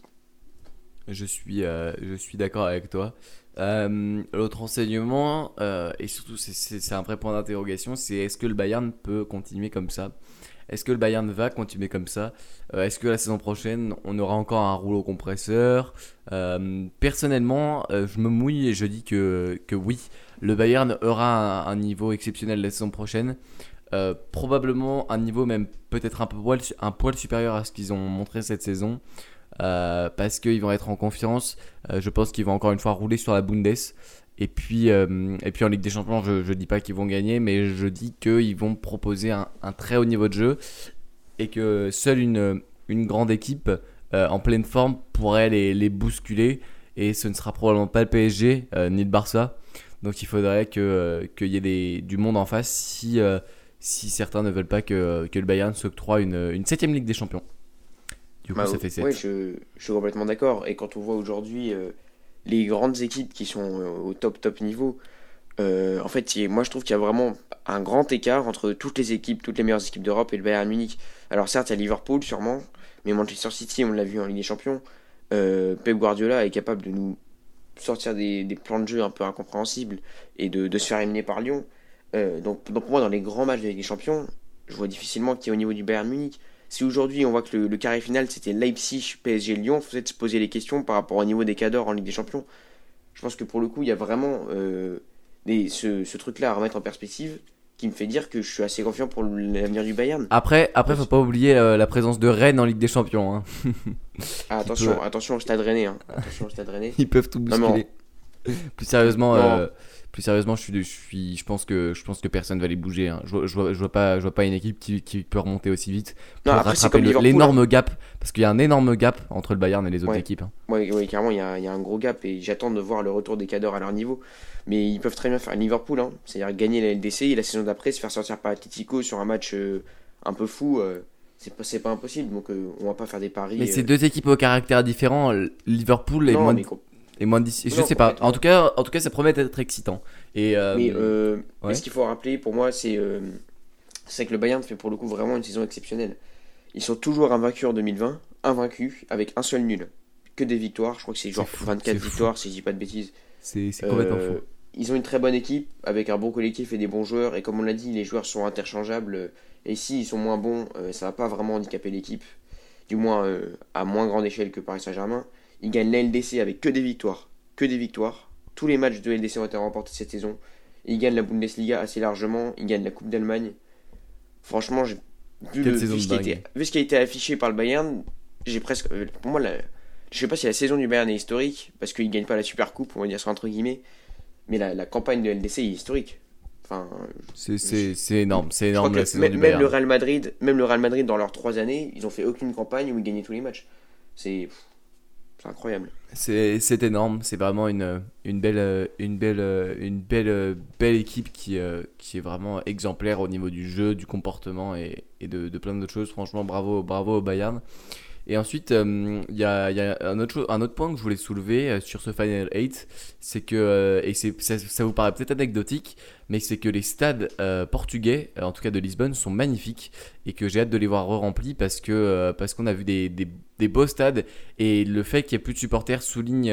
Je suis, euh, je suis d'accord avec toi. Euh, l'autre enseignement, euh, et surtout c'est, c'est, c'est un vrai point d'interrogation, c'est est-ce que le Bayern peut continuer comme ça? Est-ce que le Bayern va continuer comme ça? euh, Est-ce que la saison prochaine, on aura encore un rouleau compresseur? euh, Personnellement, euh, je me mouille et je dis que, que oui, le Bayern aura un, un niveau exceptionnel la saison prochaine. Euh, probablement un niveau même peut-être un, peu poil, un poil supérieur à ce qu'ils ont montré cette saison. Euh, parce qu'ils vont être en confiance. Euh, je pense qu'ils vont encore une fois rouler sur la Bundes. Et puis, euh, et puis en Ligue des Champions, je ne dis pas qu'ils vont gagner, mais je dis qu'ils vont proposer un, un très haut niveau de jeu et que seule une, une grande équipe euh, en pleine forme pourrait les, les bousculer. Et ce ne sera probablement pas le P S G euh, ni le Barça. Donc il faudrait que, euh, qu'il y ait des, du monde en face si, euh, si certains ne veulent pas que, que le Bayern s'octroie une, une septième Ligue des Champions. Du coup, bah, ça fait sept. Oui, je, je suis complètement d'accord. Et quand on voit aujourd'hui euh, les grandes équipes qui sont euh, au top, top niveau, euh, en fait, y, moi je trouve qu'il y a vraiment un grand écart entre toutes les équipes, toutes les meilleures équipes d'Europe et le Bayern Munich. Alors certes, il y a Liverpool sûrement, mais Manchester City, on l'a vu en Ligue des Champions, euh, Pep Guardiola est capable de nous sortir des, des plans de jeu un peu incompréhensibles et de, de se faire éliminer par Lyon. Euh, donc, donc pour moi, dans les grands matchs de Ligue des Champions, je vois difficilement qu'il y ait au niveau du Bayern Munich. Si aujourd'hui on voit que le, le carré final c'était Leipzig, P S G, Lyon, il faut peut-être se poser les questions par rapport au niveau des cadors en Ligue des Champions. Je pense que pour le coup il y a vraiment euh, des, ce, ce truc-là à remettre en perspective qui me fait dire que je suis assez confiant pour l'avenir du Bayern. Après, après faut pas oublier euh, la présence de Rennes en Ligue des Champions. Hein. Ah, attention, peut... attention au Stade Rennais. Hein. Attention au Stade Rennais. Ils peuvent tout bousculer. Non, plus sérieusement... Euh, Plus sérieusement, je suis, je suis, je pense que, je pense que personne va les bouger. Hein. Je, je, vois, je vois pas, je vois pas une équipe qui, qui peut remonter aussi vite pour non, après, rattraper le, l'énorme hein. gap, parce qu'il y a un énorme gap entre le Bayern et les autres ouais. équipes. Hein. Oui, ouais, carrément, il y a, il y a un gros gap et j'attends de voir le retour des cadors à leur niveau. Mais ils peuvent très bien faire Liverpool, hein. C'est-à-dire gagner la L D C et la saison d'après se faire sortir par Atletico sur un match euh, un peu fou. Euh, c'est pas, c'est pas impossible, donc euh, on va pas faire des paris. Mais euh... c'est deux équipes au caractère différent. Liverpool est moins. Et moins d'ici. Je non, sais pas. En tout cas, en tout cas, ça promet d'être excitant. Et euh, mais euh, ouais. ce qu'il faut rappeler pour moi, c'est, euh, c'est que le Bayern fait pour le coup vraiment une saison exceptionnelle. Ils sont toujours invaincus en deux mille vingt, invaincus avec un seul nul, que des victoires. Je crois que c'est genre c'est fou, vingt-quatre c'est victoires, si je dis pas de bêtises. C'est, c'est complètement euh, fou. Ils ont une très bonne équipe avec un bon collectif et des bons joueurs. Et comme on l'a dit, les joueurs sont interchangeables. Et s'ils sont moins bons, euh, ça va pas vraiment handicaper l'équipe, du moins euh, à moins grande échelle que Paris Saint-Germain. Ils gagnent la L D C avec que des victoires. Que des victoires. Tous les matchs de L D C ont été remportés cette saison. Ils gagnent la Bundesliga assez largement. Ils gagnent la Coupe d'Allemagne. Franchement, j'ai, vu, le, vu, ce qui été, vu ce qui a été affiché par le Bayern, j'ai presque. Pour moi, la, je sais pas si la saison du Bayern est historique, parce qu'ils ne gagnent pas la Super Coupe, on va dire ça entre guillemets. Mais la, la campagne de L D C est historique. Enfin, c'est, c'est, c'est énorme. C'est énorme la saison même, du Bayern. Même le Real Madrid, même le Real Madrid, dans leurs trois années, ils ont fait aucune campagne où ils gagnaient tous les matchs. C'est. C'est incroyable. C'est, c'est énorme, c'est vraiment une, une, belle, une, belle, une belle, belle équipe qui, qui est vraiment exemplaire au niveau du jeu, du comportement et, et de, de plein d'autres choses. Franchement, bravo, bravo au Bayern. Et ensuite, il euh, y a, y a un, autre chose, un autre point que je voulais soulever euh, sur ce Final huit, c'est que, euh, et c'est, ça, ça vous paraît peut-être anecdotique, mais c'est que les stades euh, portugais, euh, en tout cas de Lisbonne, sont magnifiques et que j'ai hâte de les voir re-remplis parce, que, euh, parce qu'on a vu des, des, des beaux stades et le fait qu'il n'y ait plus de supporters souligne, euh,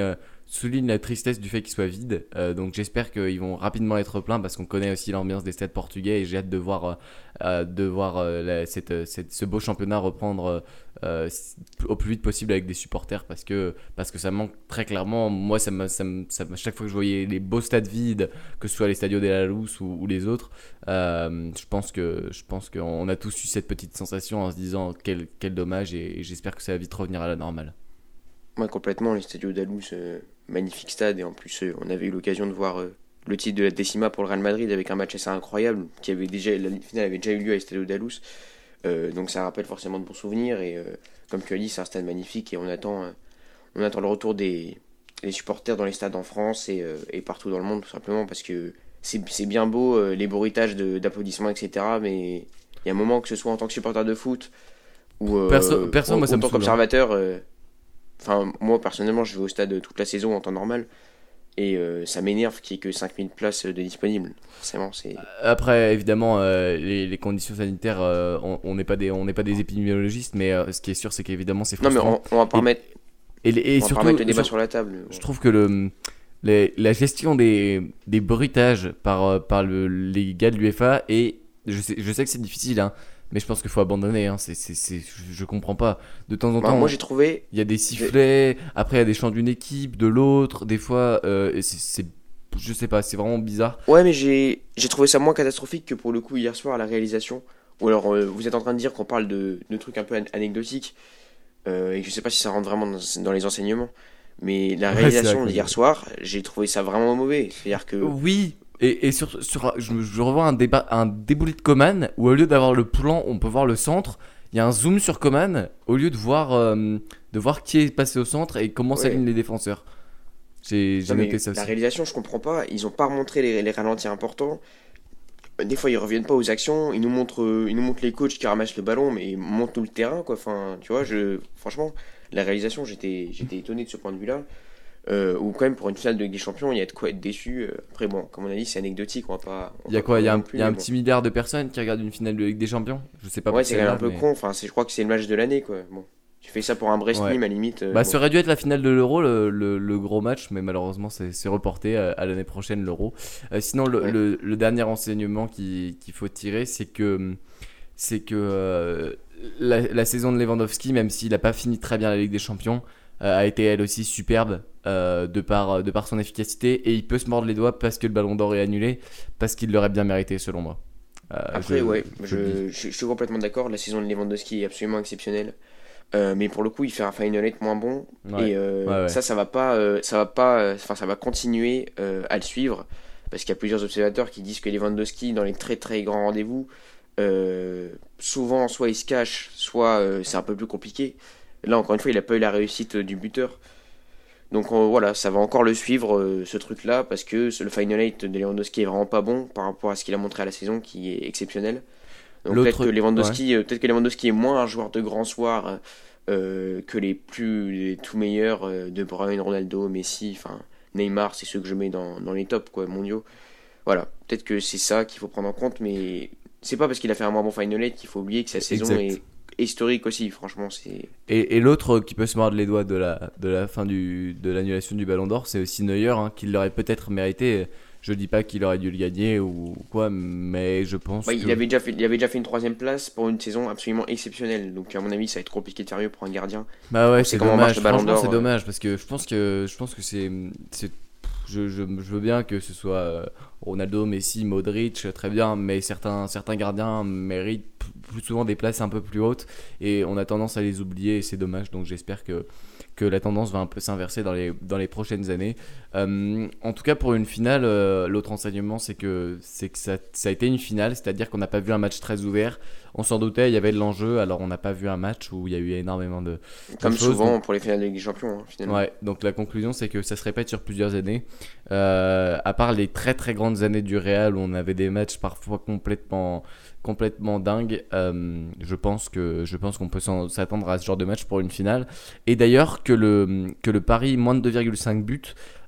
souligne la tristesse du fait qu'il soit vide. Euh, donc j'espère qu'ils vont rapidement être pleins parce qu'on connaît aussi l'ambiance des stades portugais et j'ai hâte de voir, euh, de voir euh, la, cette, cette, ce beau championnat reprendre euh, au plus vite possible avec des supporters parce que, parce que ça manque très clairement. Moi, ça me, ça me, ça me, chaque fois que je voyais les beaux stades vides, que ce soit les Stadio de la Luz ou, ou les autres, euh, je pense que je pense qu'on a tous eu cette petite sensation en se disant quel, quel dommage et, et j'espère que ça va vite revenir à la normale. Ouais, complètement, les Stadio da Luz, euh, magnifique stade, et en plus euh, on avait eu l'occasion de voir euh, le titre de la Décima pour le Real Madrid avec un match assez incroyable, qui avait déjà, la finale avait déjà eu lieu à Stadio da Luz, euh, donc ça rappelle forcément de bons souvenirs, et euh, comme tu as dit, c'est un stade magnifique, et on attend, euh, on attend le retour des, des supporters dans les stades en France et, euh, et partout dans le monde, tout simplement, parce que c'est, c'est bien beau, euh, les bruitages de, d'applaudissements, et cetera, mais il y a un moment, que ce soit en tant que supporter de foot, ou euh, perso, perso, en, moi, ça en me tant saoule, qu'observateur... Euh, Enfin, moi, personnellement, je vais au stade toute la saison en temps normal. Et euh, ça m'énerve qu'il n'y ait que cinq mille places de disponibles. Forcément, c'est... Après, évidemment, euh, les, les conditions sanitaires, euh, on n'est pas, pas des épidémiologistes, mais euh, ce qui est sûr, c'est qu'évidemment, c'est frustrant. Non, mais on, on va pas et, remettre, et, et, et on va surtout, pas remettre le débat je, sur la table. Je ouais. trouve que le, les, la gestion des, des bruitages par, par le, les gars de l'U F A, et je sais, je sais que c'est difficile, hein, mais je pense qu'il faut abandonner, hein. c'est, c'est, c'est, je, je comprends pas. De temps en bah, temps, moi j'ai trouvé. Il y a des sifflets, j'ai... après il y a des chants d'une équipe, de l'autre, des fois, euh, c'est, c'est, je sais pas, c'est vraiment bizarre. Ouais, mais j'ai, j'ai trouvé ça moins catastrophique que pour le coup hier soir à la réalisation. Ou alors euh, vous êtes en train de dire qu'on parle de, de trucs un peu anecdotiques, euh, et je sais pas si ça rentre vraiment dans, dans les enseignements, mais la réalisation ouais, d'hier soir, j'ai trouvé ça vraiment mauvais. C'est-à-dire que. Oui! Et, et sur, sur, je, je revois un, débat, un déboulé de Coman où au lieu d'avoir le plan, on peut voir le centre. Il y a un zoom sur Coman au lieu de voir, euh, de voir qui est passé au centre et comment ouais. s'alignent les défenseurs. J'ai, j'ai non, noté ça aussi. La réalisation, je comprends pas. Ils ont pas remontré les, les ralentis importants. Des fois, ils reviennent pas aux actions. Ils nous montrent, ils nous montrent les coachs qui ramassent le ballon, mais ils montent tout le terrain, quoi. Enfin, tu vois, je, franchement, la réalisation, j'étais, j'étais étonné de ce point de vue-là. Euh, ou quand même pour une finale de Ligue des Champions il y a de quoi être déçu. Après bon, comme on a dit, c'est anecdotique, on va pas on il y a quoi, il y a un, plus, y a un bon. petit milliard de personnes qui regardent une finale de Ligue des Champions, je sais pas. Ouais, c'est quand même un peu mais... con, enfin c'est, je crois que c'est le match de l'année, quoi. Bon, tu fais ça pour un Brest Nîmes, ouais. à limite euh, bah bon. Ça aurait dû être la finale de l'Euro, le, le, le gros match, mais malheureusement c'est, c'est reporté à, à l'année prochaine, l'Euro. Euh, sinon le, ouais. le, le dernier enseignement qui, qu'il faut tirer, c'est que c'est que euh, la, la saison de Lewandowski, même s'il a pas fini très bien la Ligue des Champions, euh, a été elle aussi superbe euh, de, par, de par son efficacité, et il peut se mordre les doigts parce que le Ballon d'Or est annulé, parce qu'il l'aurait bien mérité selon moi. Euh, Après je, ouais, je, je, je suis complètement d'accord, la saison de Lewandowski est absolument exceptionnelle, euh, mais pour le coup il fait un Final Eight moins bon, ouais. et euh, ouais, ouais. ça ça va pas, euh, ça va pas, enfin ça va continuer euh, à le suivre, parce qu'il y a plusieurs observateurs qui disent que Lewandowski dans les très très grands rendez-vous, euh, souvent soit il se cache, soit euh, c'est un peu plus compliqué. Là, encore une fois, il n'a pas eu la réussite du buteur. Donc euh, voilà, ça va encore le suivre, euh, ce truc-là, parce que le Final Eight de Lewandowski est vraiment pas bon par rapport à ce qu'il a montré à la saison, qui est exceptionnel. Donc L'autre... peut-être que Lewandowski, ouais. euh, peut-être que Lewandowski est moins un joueur de grand soir euh, que les plus les tout meilleurs euh, De Bruyne, Ronaldo, Messi, enfin Neymar, c'est ceux que je mets dans, dans les tops quoi, mondiaux. Voilà, peut-être que c'est ça qu'il faut prendre en compte, mais c'est pas parce qu'il a fait un moins bon Final Eight qu'il faut oublier que sa saison exact. est historique aussi, franchement. C'est... Et, et l'autre qui peut se mordre les doigts de la, de la fin du, de l'annulation du Ballon d'Or, c'est aussi Neuer, hein, qui l'aurait peut-être mérité. Je dis pas qu'il aurait dû le gagner ou quoi, mais je pense bah, que... il, avait déjà fait, il avait déjà fait une troisième place pour une saison absolument exceptionnelle, donc à mon avis ça va être compliqué de faire mieux pour un gardien. Bah ouais, c'est dommage, le Ballon d'Or, c'est euh... dommage, parce que je pense que, je pense que c'est... c'est... Je, je, je veux bien que ce soit Ronaldo, Messi, Modric, très bien, mais certains, certains gardiens méritent plus souvent des places un peu plus hautes et on a tendance à les oublier et c'est dommage. Donc j'espère que, que la tendance va un peu s'inverser dans les, dans les prochaines années. Euh, en tout cas, pour une finale, euh, l'autre enseignement, c'est que, c'est que ça, ça a été une finale, c'est-à-dire qu'on n'a pas vu un match très ouvert. On s'en doutait, il y avait de l'enjeu, alors on n'a pas vu un match où il y a eu énormément de, de Comme choses. souvent donc, pour les finales de Ligue des Champions, hein, finalement. Ouais, donc la conclusion, c'est que ça se répète sur plusieurs années. Euh, à part les très très grandes années du Real où on avait des matchs parfois complètement, complètement dingues, euh, je pense que je pense qu'on peut s'attendre à ce genre de match pour une finale. Et d'ailleurs que le, que le pari moins de deux virgule cinq buts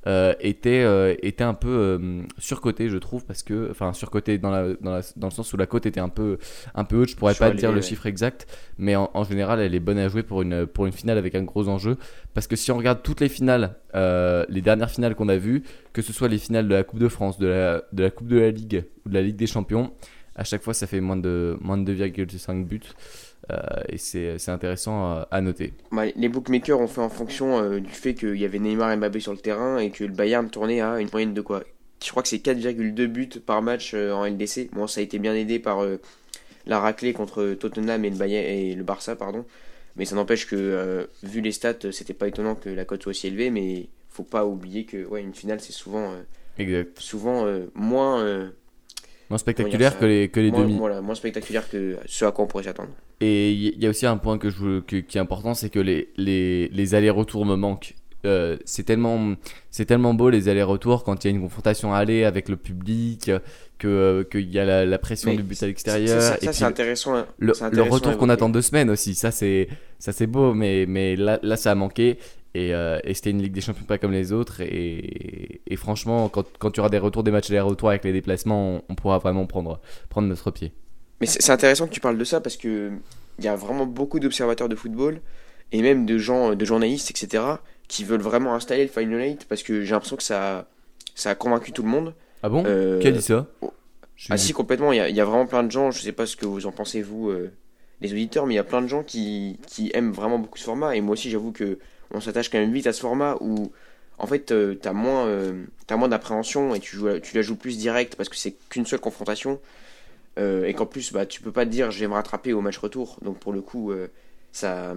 euh, était, euh, était un peu euh, surcoté, je trouve, parce que, enfin, surcoté dans, la, dans, la, dans le sens où la cote était un peu, un peu haute. Je pourrais pas te dire le ouais. chiffre exact, mais en, en général, elle est bonne à jouer pour une, pour une finale avec un gros enjeu. Parce que si on regarde toutes les finales, euh, les dernières finales qu'on a vues, que ce soit les finales de la Coupe de France, de la, de la Coupe de la Ligue ou de la Ligue des Champions, à chaque fois, ça fait moins de, moins de deux virgule cinq buts. Euh, et c'est, c'est intéressant à, à noter. Bah, les bookmakers ont fait en fonction euh, du fait qu'il y avait Neymar et Mbappé sur le terrain et que le Bayern tournait à une moyenne de quoi ? Je crois que c'est quatre virgule deux buts par match euh, en L D C. Bon, ça a été bien aidé par euh, la raclée contre Tottenham et le, Bayern, et le Barça, pardon. Mais ça n'empêche que, euh, vu les stats, c'était pas étonnant que la cote soit aussi élevée. Mais faut pas oublier que ouais, une finale, c'est souvent, euh, exact. souvent euh, moins... Euh, moins spectaculaire que les, que les moins, demi. Voilà, moins spectaculaire que ce à quoi on pourrait s'attendre. Et il y a aussi un point que je, que, qui est important, c'est que les, les, les allers-retours me manquent. Euh, c'est, tellement, c'est tellement beau les allers-retours quand il y a une confrontation à aller avec le public, que, euh, qu'il y a la, la pression Mais du but à l'extérieur. Ça, ça, et ça c'est, intéressant, hein. le, c'est intéressant. Le retour qu'on attend deux semaines aussi, ça c'est, ça, c'est beau, mais, mais là, là ça a manqué. Et, euh, et c'était une Ligue des Champions pas comme les autres. Et, et franchement, quand, quand tu auras des retours, des matchs aller-retour avec les déplacements, on, on pourra vraiment prendre, prendre notre pied. Mais c'est, c'est intéressant que tu parles de ça parce qu'il y a vraiment beaucoup d'observateurs de football et même de gens, de journalistes, et cetera, qui veulent vraiment installer le Final Eight parce que j'ai l'impression que ça, ça a convaincu tout le monde. Ah bon euh, Qui a dit ça oh, Ah si, complètement. Il y, a, il y a vraiment plein de gens, je sais pas ce que vous en pensez, vous, euh, les auditeurs, mais il y a plein de gens qui, qui aiment vraiment beaucoup ce format. Et moi aussi, j'avoue que on s'attache quand même vite à ce format où, en fait, euh, t'as moins, euh, t'as moins d'appréhension et tu, joues, tu la joues plus direct parce que c'est qu'une seule confrontation. Euh, et qu'en plus, bah, tu peux pas te dire je vais me rattraper au match retour. Donc pour le coup, euh, ça,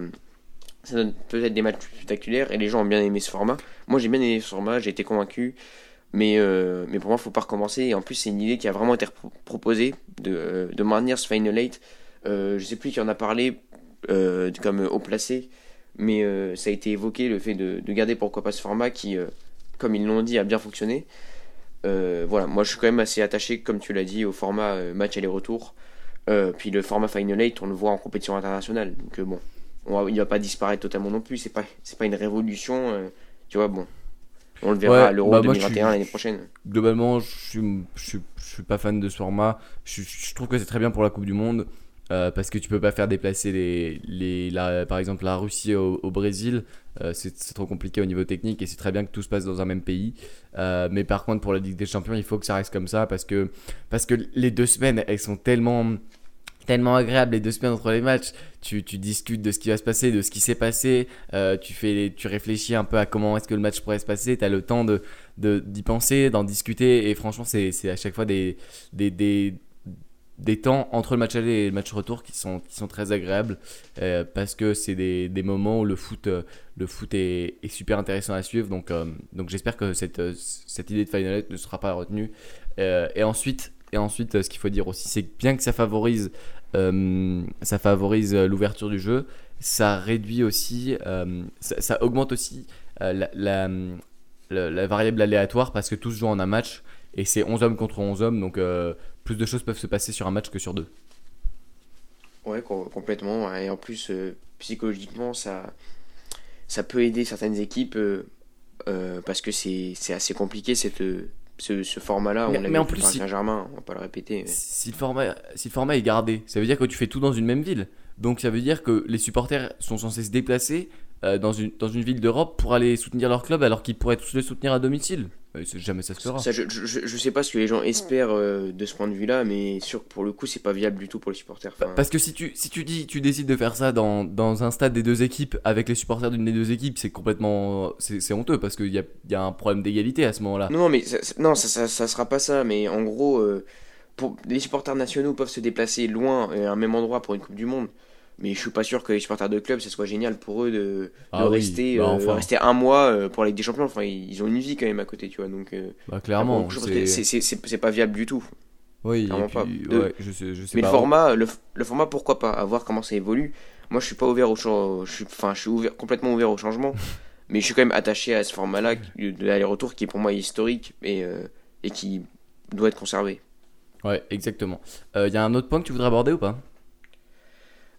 ça donne peut-être des matchs plus spectaculaires et les gens ont bien aimé ce format. Moi, j'ai bien aimé ce format, j'ai été convaincu. Mais, euh, mais pour moi, il ne faut pas recommencer. Et en plus, c'est une idée qui a vraiment été repro- proposée de, de maintenir ce Final Eight. Euh, je ne sais plus qui en a parlé euh, comme haut placé, mais euh, ça a été évoqué, le fait de, de garder pourquoi pas ce format qui, euh, comme ils l'ont dit, a bien fonctionné. Euh, voilà, moi je suis quand même assez attaché, comme tu l'as dit, au format euh, match aller-retour. Euh, puis le format Final Eight, on le voit en compétition internationale. Donc euh, bon, on va, il ne va pas disparaître totalement non plus. C'est pas, c'est pas une révolution. Euh, tu vois, bon. On le verra ouais, à l'Euro bah deux mille vingt et un l'année prochaine. Globalement, je suis, je suis, je suis pas fan de ce format. Je, je trouve que c'est très bien pour la Coupe du Monde euh, parce que tu peux pas faire déplacer les, les, la, par exemple la Russie au, au Brésil. Euh, c'est, c'est trop compliqué au niveau technique et c'est très bien que tout se passe dans un même pays. Euh, mais par contre, pour la Ligue des Champions, il faut que ça reste comme ça parce que, parce que les deux semaines, elles sont tellement... tellement agréable les deux semaines entre les matchs. Tu, tu discutes de ce qui va se passer, de ce qui s'est passé. Euh, tu, fais, tu réfléchis un peu à comment est-ce que le match pourrait se passer. Tu as le temps de, de, d'y penser, d'en discuter. Et franchement, c'est, c'est à chaque fois des, des, des, des temps entre le match aller et le match retour qui sont, qui sont très agréables. Euh, parce que c'est des, des moments où le foot, le foot est, est super intéressant à suivre. Donc, euh, donc j'espère que cette, cette idée de Final Eight ne sera pas retenue. Euh, et ensuite... Et ensuite, ce qu'il faut dire aussi, c'est que bien que ça favorise, euh, ça favorise l'ouverture du jeu, ça réduit aussi, euh, ça, ça augmente aussi euh, la, la, la, la variable aléatoire parce que tout se joue en un match et c'est onze hommes contre onze hommes, donc euh, plus de choses peuvent se passer sur un match que sur deux. Ouais, complètement. Et en plus, euh, psychologiquement, ça, ça peut aider certaines équipes euh, euh, parce que c'est, c'est assez compliqué cette... Ce, ce format-là, mais, on l'a mais vu en plus, par si, Saint-Germain, on va pas le répéter. Mais... Si, le format, si le format est gardé, ça veut dire que tu fais tout dans une même ville. Donc ça veut dire que les supporters sont censés se déplacer euh, dans, une, dans une ville d'Europe pour aller soutenir leur club alors qu'ils pourraient tous les soutenir à domicile. Euh, jamais ça se fera. Ça, je, je, je sais pas ce que les gens espèrent euh, de ce point de vue-là, mais sûr que pour le coup, c'est pas viable du tout pour les supporters. Enfin... Parce que si tu, si tu dis, tu décides de faire ça dans, dans un stade des deux équipes avec les supporters d'une des deux équipes, c'est complètement, c'est, c'est honteux parce qu'il y a, y a un problème d'égalité à ce moment-là. Non, non, mais ça, non, ça, ça, ça sera pas ça. Mais en gros, euh, pour, les supporters nationaux peuvent se déplacer loin à un même endroit pour une Coupe du Monde. Mais je suis pas sûr que les supporters de club, ce soit génial pour eux de, ah de oui, rester, bah euh, enfin. rester un mois euh, pour la Ligue des Champions. Enfin, ils ont une vie quand même à côté, tu vois. Donc, euh, bah, clairement, donc, c'est... C'est, c'est, c'est, c'est pas viable du tout. Oui, clairement et puis, pas. De... ouais, je sais, je sais mais pas. le format, le, le format, pourquoi pas, à voir comment ça évolue. Moi, je suis pas ouvert au changement. Je suis, enfin, je suis ouvert, complètement ouvert au changement. Mais je suis quand même attaché à ce format-là de l'aller-retour qui, pour moi, est historique et, euh, et qui doit être conservé. Ouais, exactement. Il euh, y a un autre point que tu voudrais aborder ou pas ?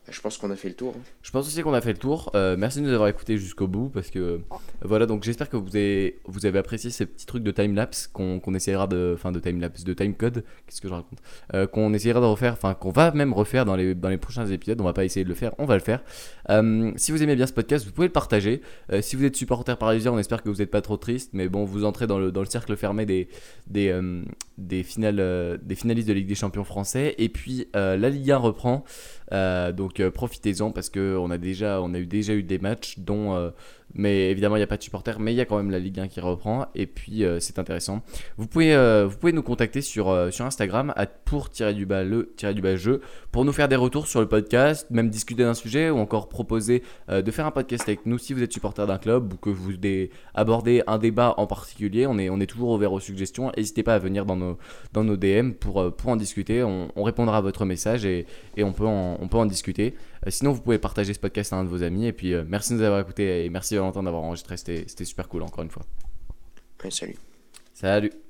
Je pense qu'on a fait le tour. Je pense aussi qu'on a fait le tour. Euh, merci de nous avoir écoutés jusqu'au bout parce que euh, voilà, donc j'espère que vous avez, vous avez apprécié ces petits trucs de timelapse qu'on, qu'on essaiera de, enfin de timelapse, de timecode. Qu'est-ce que je raconte euh, Qu'on essaiera de refaire, enfin qu'on va même refaire dans les, dans les prochains épisodes. On va pas essayer de le faire, on va le faire. Euh, si vous aimez bien ce podcast, vous pouvez le partager. Euh, si vous êtes supporter parisien, on espère que vous n'êtes pas trop triste, mais bon, vous entrez dans le, dans le cercle fermé des, des, euh, des, finales, euh, des finalistes de Ligue des Champions français. Et puis euh, la Ligue un reprend. Euh, donc euh, profitez-en parce que on a déjà on a eu déjà eu des matchs dont euh, mais évidemment il n'y a pas de supporters, mais il y a quand même la Ligue un qui reprend et puis euh, c'est intéressant. Vous pouvez euh, vous pouvez nous contacter sur euh, sur Instagram à pour tirer du bas le tirer du bas jeu pour nous faire des retours sur le podcast, même discuter d'un sujet ou encore proposer euh, de faire un podcast avec nous si vous êtes supporter d'un club ou que vous dé- abordez un débat en particulier. On est on est toujours ouvert aux suggestions. N'hésitez pas à venir dans nos dans nos D M pour euh, pour en discuter. On, on répondra à votre message et et on peut en on peut en discuter. Euh, sinon, vous pouvez partager ce podcast à un de vos amis. Et puis, euh, merci de nous avoir écoutés et merci Valentin d'avoir enregistré. C'était, c'était super cool, encore une fois. Ouais, salut. Salut.